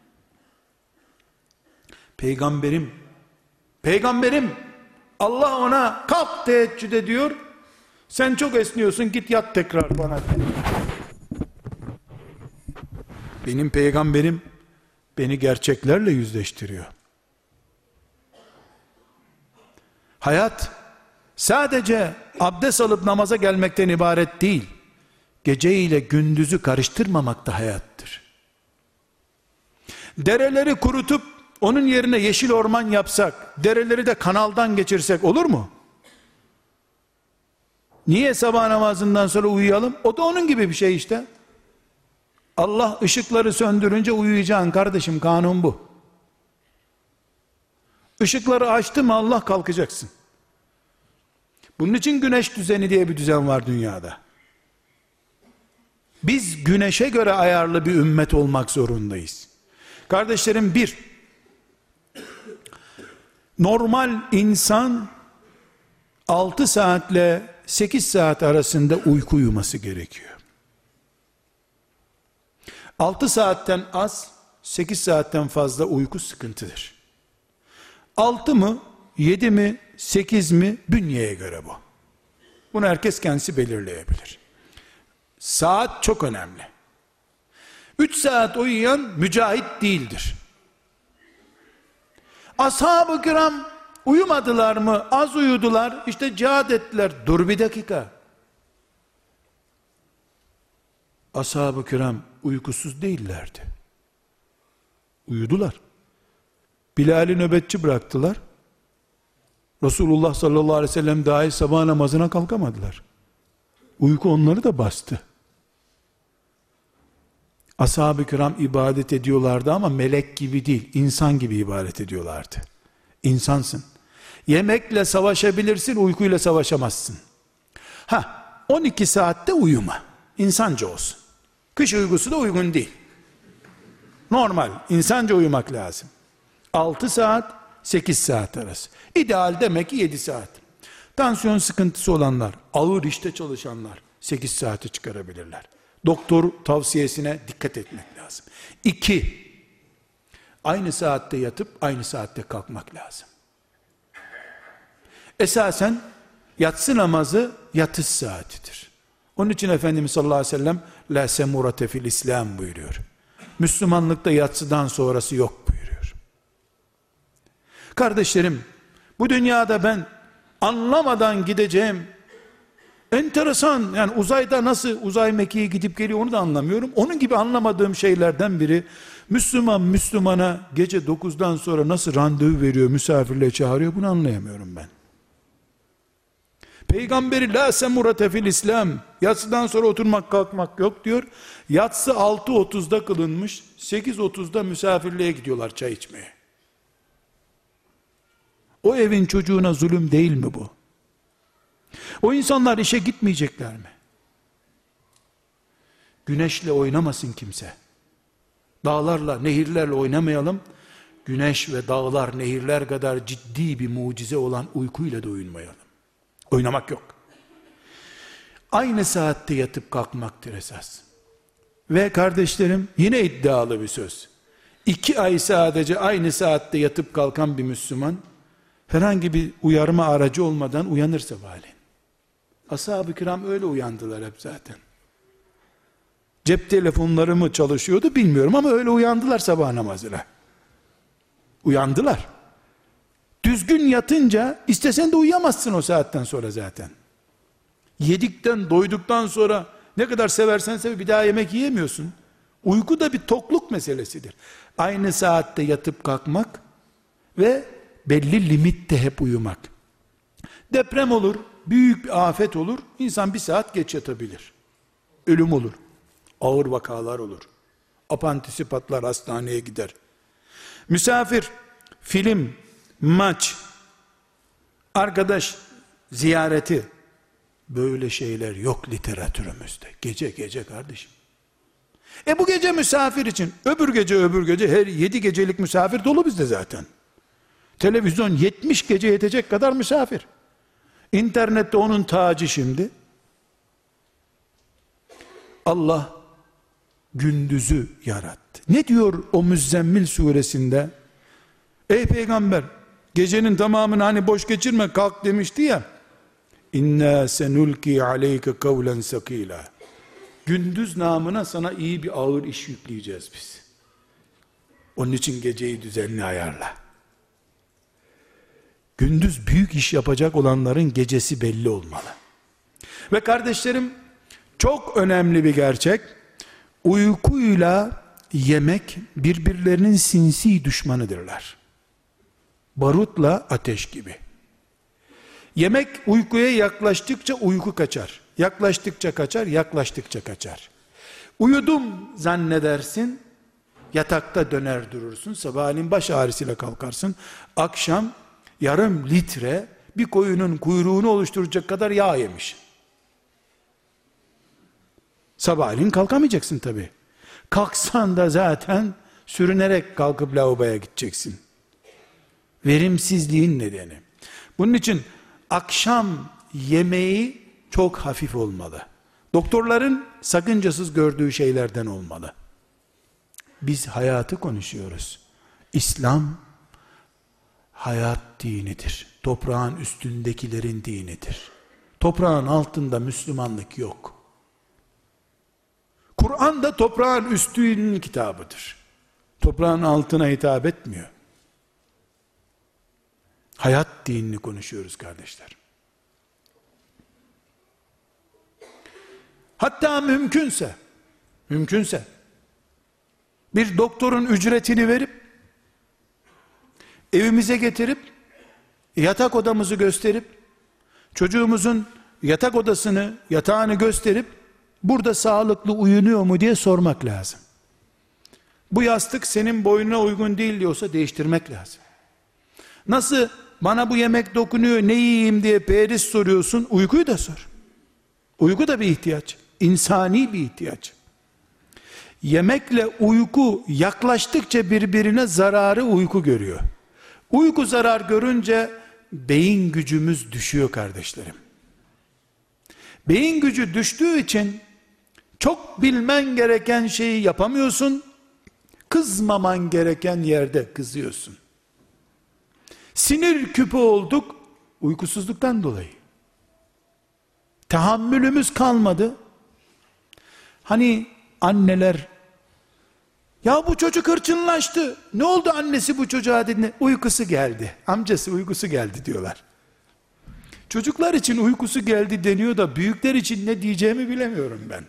Peygamberim, peygamberim, Allah ona kalk teheccüd ediyor. Sen çok esniyorsun git yat tekrar bana. Benim peygamberim beni gerçeklerle yüzleştiriyor. Hayat sadece abdest alıp namaza gelmekten ibaret değil. Gece ile gündüzü karıştırmamak da hayattır. Dereleri kurutup onun yerine yeşil orman yapsak, dereleri de kanaldan geçirsek olur mu? Niye sabah namazından sonra uyuyalım? O da onun gibi bir şey işte. Allah ışıkları söndürünce uyuyacaksın kardeşim, kanun bu. Işıkları açtı mı Allah, kalkacaksın. Bunun için güneş düzeni diye bir düzen var dünyada. Biz güneşe göre ayarlı bir ümmet olmak zorundayız. Kardeşlerim, bir, normal insan altı saatle sekiz saat arasında uyku uyuması gerekiyor. altı saatten az, sekiz saatten fazla uyku sıkıntıdır. altı mı, yedi mi, sekiz mi, bünyeye göre bu. Bunu herkes kendisi belirleyebilir. Saat çok önemli. üç saat uyuyan mücahit değildir. Ashab-ı kiram uyumadılar mı? Az uyudular, işte cihad ettiler. Dur bir dakika. Ashab-ı kiram uykusuz değillerdi. Uyudular. Bilal'i nöbetçi bıraktılar. Resulullah sallallahu aleyhi ve sellem dahi sabah namazına kalkamadılar. Uyku onları da bastı. Ashab-ı kiram ibadet ediyorlardı ama melek gibi değil, insan gibi ibadet ediyorlardı. İnsansın. Yemekle savaşabilirsin, uykuyla savaşamazsın. Ha, on iki saatte uyuma. İnsanca olsun. Kış uykusu da uygun değil. Normal, insanca uyumak lazım. altı saat, sekiz saat arası. İdeal demek ki yedi saat. Tansiyon sıkıntısı olanlar, ağır işte çalışanlar sekiz saati çıkarabilirler. Doktor tavsiyesine dikkat etmek lazım. İki, aynı saatte yatıp aynı saatte kalkmak lazım. Esasen yatsı namazı yatış saatidir. Onun için Efendimiz sallallahu aleyhi ve sellem la semurate fil İslam buyuruyor. Müslümanlıkta yatsıdan sonrası yok buyuruyor. Kardeşlerim, bu dünyada ben anlamadan gideceğim, enteresan, yani uzayda nasıl uzay mekiğe gidip geliyor onu da anlamıyorum. Onun gibi anlamadığım şeylerden biri, Müslüman Müslümana gece dokuzdan sonra nasıl randevu veriyor, misafirliğe çağırıyor, bunu anlayamıyorum ben. Peygamberi la semurate fil İslam, yatsıdan sonra oturmak kalkmak yok diyor. Yatsı altı otuzda kılınmış, sekiz otuzda misafirliğe gidiyorlar çay içmeye. O evin çocuğuna zulüm değil mi bu? O insanlar işe gitmeyecekler mi? Güneşle oynamasın kimse. Dağlarla, nehirlerle oynamayalım. Güneş ve dağlar, nehirler kadar ciddi bir mucize olan uykuyla da oynamayalım. Oynamak yok. Aynı saatte yatıp kalkmaktır esas. Ve kardeşlerim, yine iddialı bir söz. İki ay sadece aynı saatte yatıp kalkan bir Müslüman, herhangi bir uyarma aracı olmadan uyanır sabahleyin. Ashab-ı kiram öyle uyandılar hep zaten. Cep telefonları mı çalışıyordu bilmiyorum ama öyle uyandılar sabah namazına. Uyandılar. Düzgün yatınca istesen de uyuyamazsın o saatten sonra zaten. Yedikten, doyduktan sonra ne kadar seversen sev bir daha yemek yiyemiyorsun. Uyku da bir tokluk meselesidir. Aynı saatte yatıp kalkmak ve belli limitte hep uyumak. Deprem olur, büyük bir afet olur, insan bir saat geç yatabilir. Ölüm olur, ağır vakalar olur. Apantisi patlar, hastaneye gider. Misafir, film, maç, arkadaş ziyareti, böyle şeyler yok literatürümüzde. Gece gece kardeşim. E bu gece misafir için, öbür gece öbür gece, her yedi gecelik misafir dolu bizde zaten. Televizyon yetmiş gece yetecek kadar misafir. İnternette onun tacı şimdi. Allah gündüzü yarattı. Ne diyor o Müzzemmil suresinde? Ey peygamber, gecenin tamamını hani boş geçirme, kalk demişti ya. İnna senulki aleyke kavlen sakila. Gündüz namına sana iyi bir ağır iş yükleyeceğiz biz. Onun için geceyi düzenli ayarla. Gündüz büyük iş yapacak olanların gecesi belli olmalı. Ve kardeşlerim, çok önemli bir gerçek, uykuyla yemek birbirlerinin sinsi düşmanıdırlar. Barutla ateş gibi. Yemek uykuya yaklaştıkça uyku kaçar. Yaklaştıkça kaçar, yaklaştıkça kaçar. Uyudum zannedersin, yatakta döner durursun. Sabahleyin baş ağrısıyla kalkarsın. Akşam yarım litre bir koyunun kuyruğunu oluşturacak kadar yağ yemiş. Sabahleyin kalkamayacaksın tabii. Kalksan da zaten sürünerek kalkıp lavaboya gideceksin. Verimsizliğin nedeni. Bunun için akşam yemeği çok hafif olmalı. Doktorların sakıncasız gördüğü şeylerden olmalı. Biz hayatı konuşuyoruz. İslam hayat dinidir. Toprağın üstündekilerin dinidir. Toprağın altında Müslümanlık yok. Kur'an da toprağın üstünün kitabıdır. Toprağın altına hitap etmiyor. Hayat dinini konuşuyoruz kardeşler. Hatta mümkünse, mümkünse, bir doktorun ücretini verip, evimize getirip, yatak odamızı gösterip, çocuğumuzun yatak odasını, yatağını gösterip, burada sağlıklı uyunuyor mu diye sormak lazım. Bu yastık senin boynuna uygun değil diyorsa değiştirmek lazım. Nasıl bana bu yemek dokunuyor ne yiyeyim diye periz soruyorsun, uykuyu da sor. Uyku da bir ihtiyaç. İnsani bir ihtiyaç. Yemekle uyku yaklaştıkça birbirine zararı uyku görüyor. Uyku zarar görünce beyin gücümüz düşüyor kardeşlerim. Beyin gücü düştüğü için çok bilmen gereken şeyi yapamıyorsun. Kızmaman gereken yerde kızıyorsun. Sinir küpü olduk uykusuzluktan dolayı. Tahammülümüz kalmadı. Hani anneler, ya bu çocuk hırçınlaştı, ne oldu annesi bu çocuğa dediğinde, uykusu geldi, amcası uykusu geldi diyorlar. Çocuklar için uykusu geldi deniyor da büyükler için ne diyeceğimi bilemiyorum ben.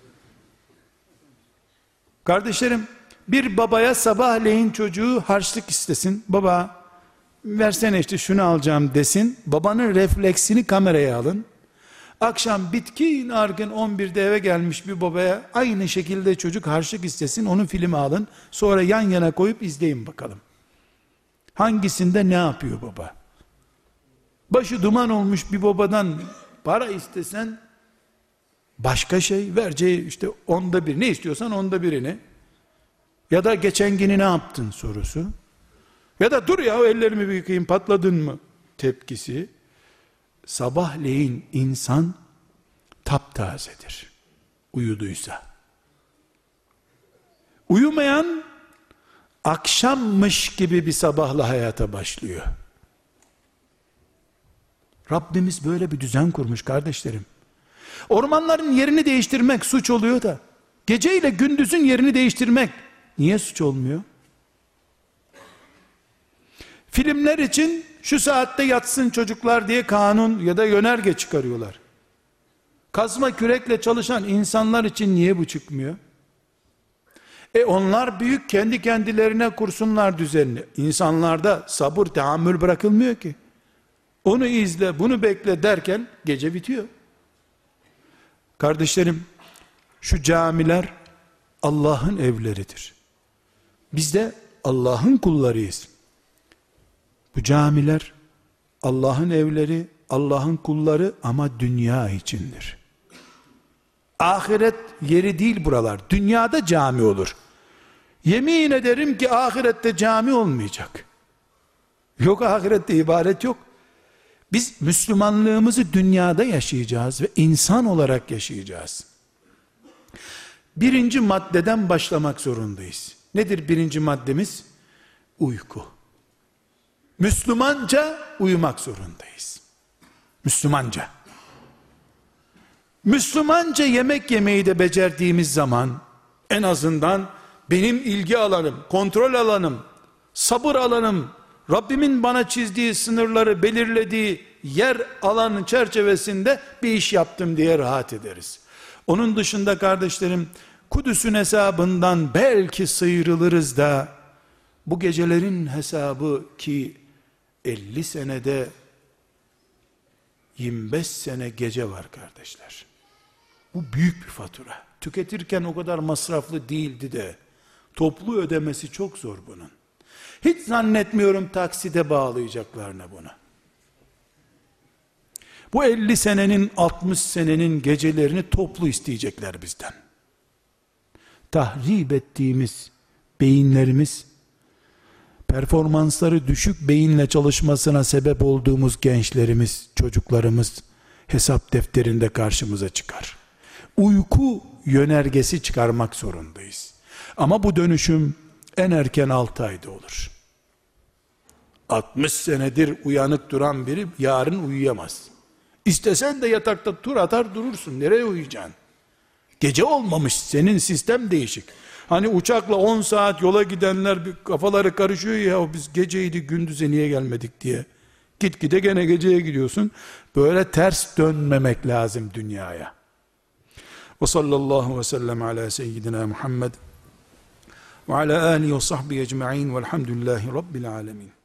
Kardeşlerim, bir babaya sabahleyin çocuğu harçlık istesin, baba versene işte şunu alacağım desin, babanın refleksini kameraya alın. Akşam bitkin argın on birde eve gelmiş bir babaya aynı şekilde çocuk harçlık istesin, onun filmi alın, sonra yan yana koyup izleyin bakalım. Hangisinde ne yapıyor baba? Başı duman olmuş bir babadan para istesen başka şey, vereceği işte onda bir, ne istiyorsan onda birini, ya da geçen günü ne yaptın sorusu, ya da dur ya ellerimi bir yıkayayım patladın mı tepkisi. Sabahleyin insan taptazedir uyuduysa. Uyumayan akşammış gibi bir sabahla hayata başlıyor. Rabbimiz böyle bir düzen kurmuş kardeşlerim. Ormanların yerini değiştirmek suç oluyor da gece ile gündüzün yerini değiştirmek niye suç olmuyor? Filmler için şu saatte yatsın çocuklar diye kanun ya da yönerge çıkarıyorlar. Kazma kürekle çalışan insanlar için niye bu çıkmıyor? E onlar büyük, kendi kendilerine kursunlar düzenini. İnsanlarda sabır, tahammül bırakılmıyor ki. Onu izle, bunu bekle derken gece bitiyor. Kardeşlerim, şu camiler Allah'ın evleridir. Biz de Allah'ın kullarıyız. Bu camiler Allah'ın evleri, Allah'ın kulları ama dünya içindir. Ahiret yeri değil buralar. Dünyada cami olur. Yemin ederim ki ahirette cami olmayacak. Yok, ahirette ibadet yok. Biz Müslümanlığımızı dünyada yaşayacağız ve insan olarak yaşayacağız. Birinci maddeden başlamak zorundayız. Nedir birinci maddemiz? Uyku. Müslümanca uyumak zorundayız. Müslümanca. Müslümanca yemek yemeyi de becerdiğimiz zaman en azından benim ilgi alanım, kontrol alanım, sabır alanım, Rabbimin bana çizdiği sınırları belirlediği yer alanın çerçevesinde bir iş yaptım diye rahat ederiz. Onun dışında kardeşlerim, Kudüs'ün hesabından belki sıyrılırız da, bu gecelerin hesabı ki elli senede yirmi beş sene gece var kardeşler. Bu büyük bir fatura. Tüketirken o kadar masraflı değildi de, toplu ödemesi çok zor bunun. Hiç zannetmiyorum takside bağlayacaklarına bunu. Bu elli senenin, altmış senenin gecelerini toplu isteyecekler bizden. Tahrip ettiğimiz beyinlerimiz, performansları düşük beyinle çalışmasına sebep olduğumuz gençlerimiz, çocuklarımız hesap defterinde karşımıza çıkar. Uyku yönergesi çıkarmak zorundayız. Ama bu dönüşüm en erken altı ayda olur. altmış senedir uyanık duran biri yarın uyuyamaz. İstesen de yatakta tur atar durursun. Nereye uyuyacaksın? Gece olmamış, senin sistem değişik. Hani uçakla on saat yola gidenler bir kafaları karışıyor ya, biz geceydi gündüze niye gelmedik diye. Gitgide gene geceye gidiyorsun. Böyle ters dönmemek lazım dünyaya. Ve sallallahu ve sellem ala seyyidina Muhammed ve ala alihi ve sahbihi ecma'in velhamdülillahi rabbil alemin.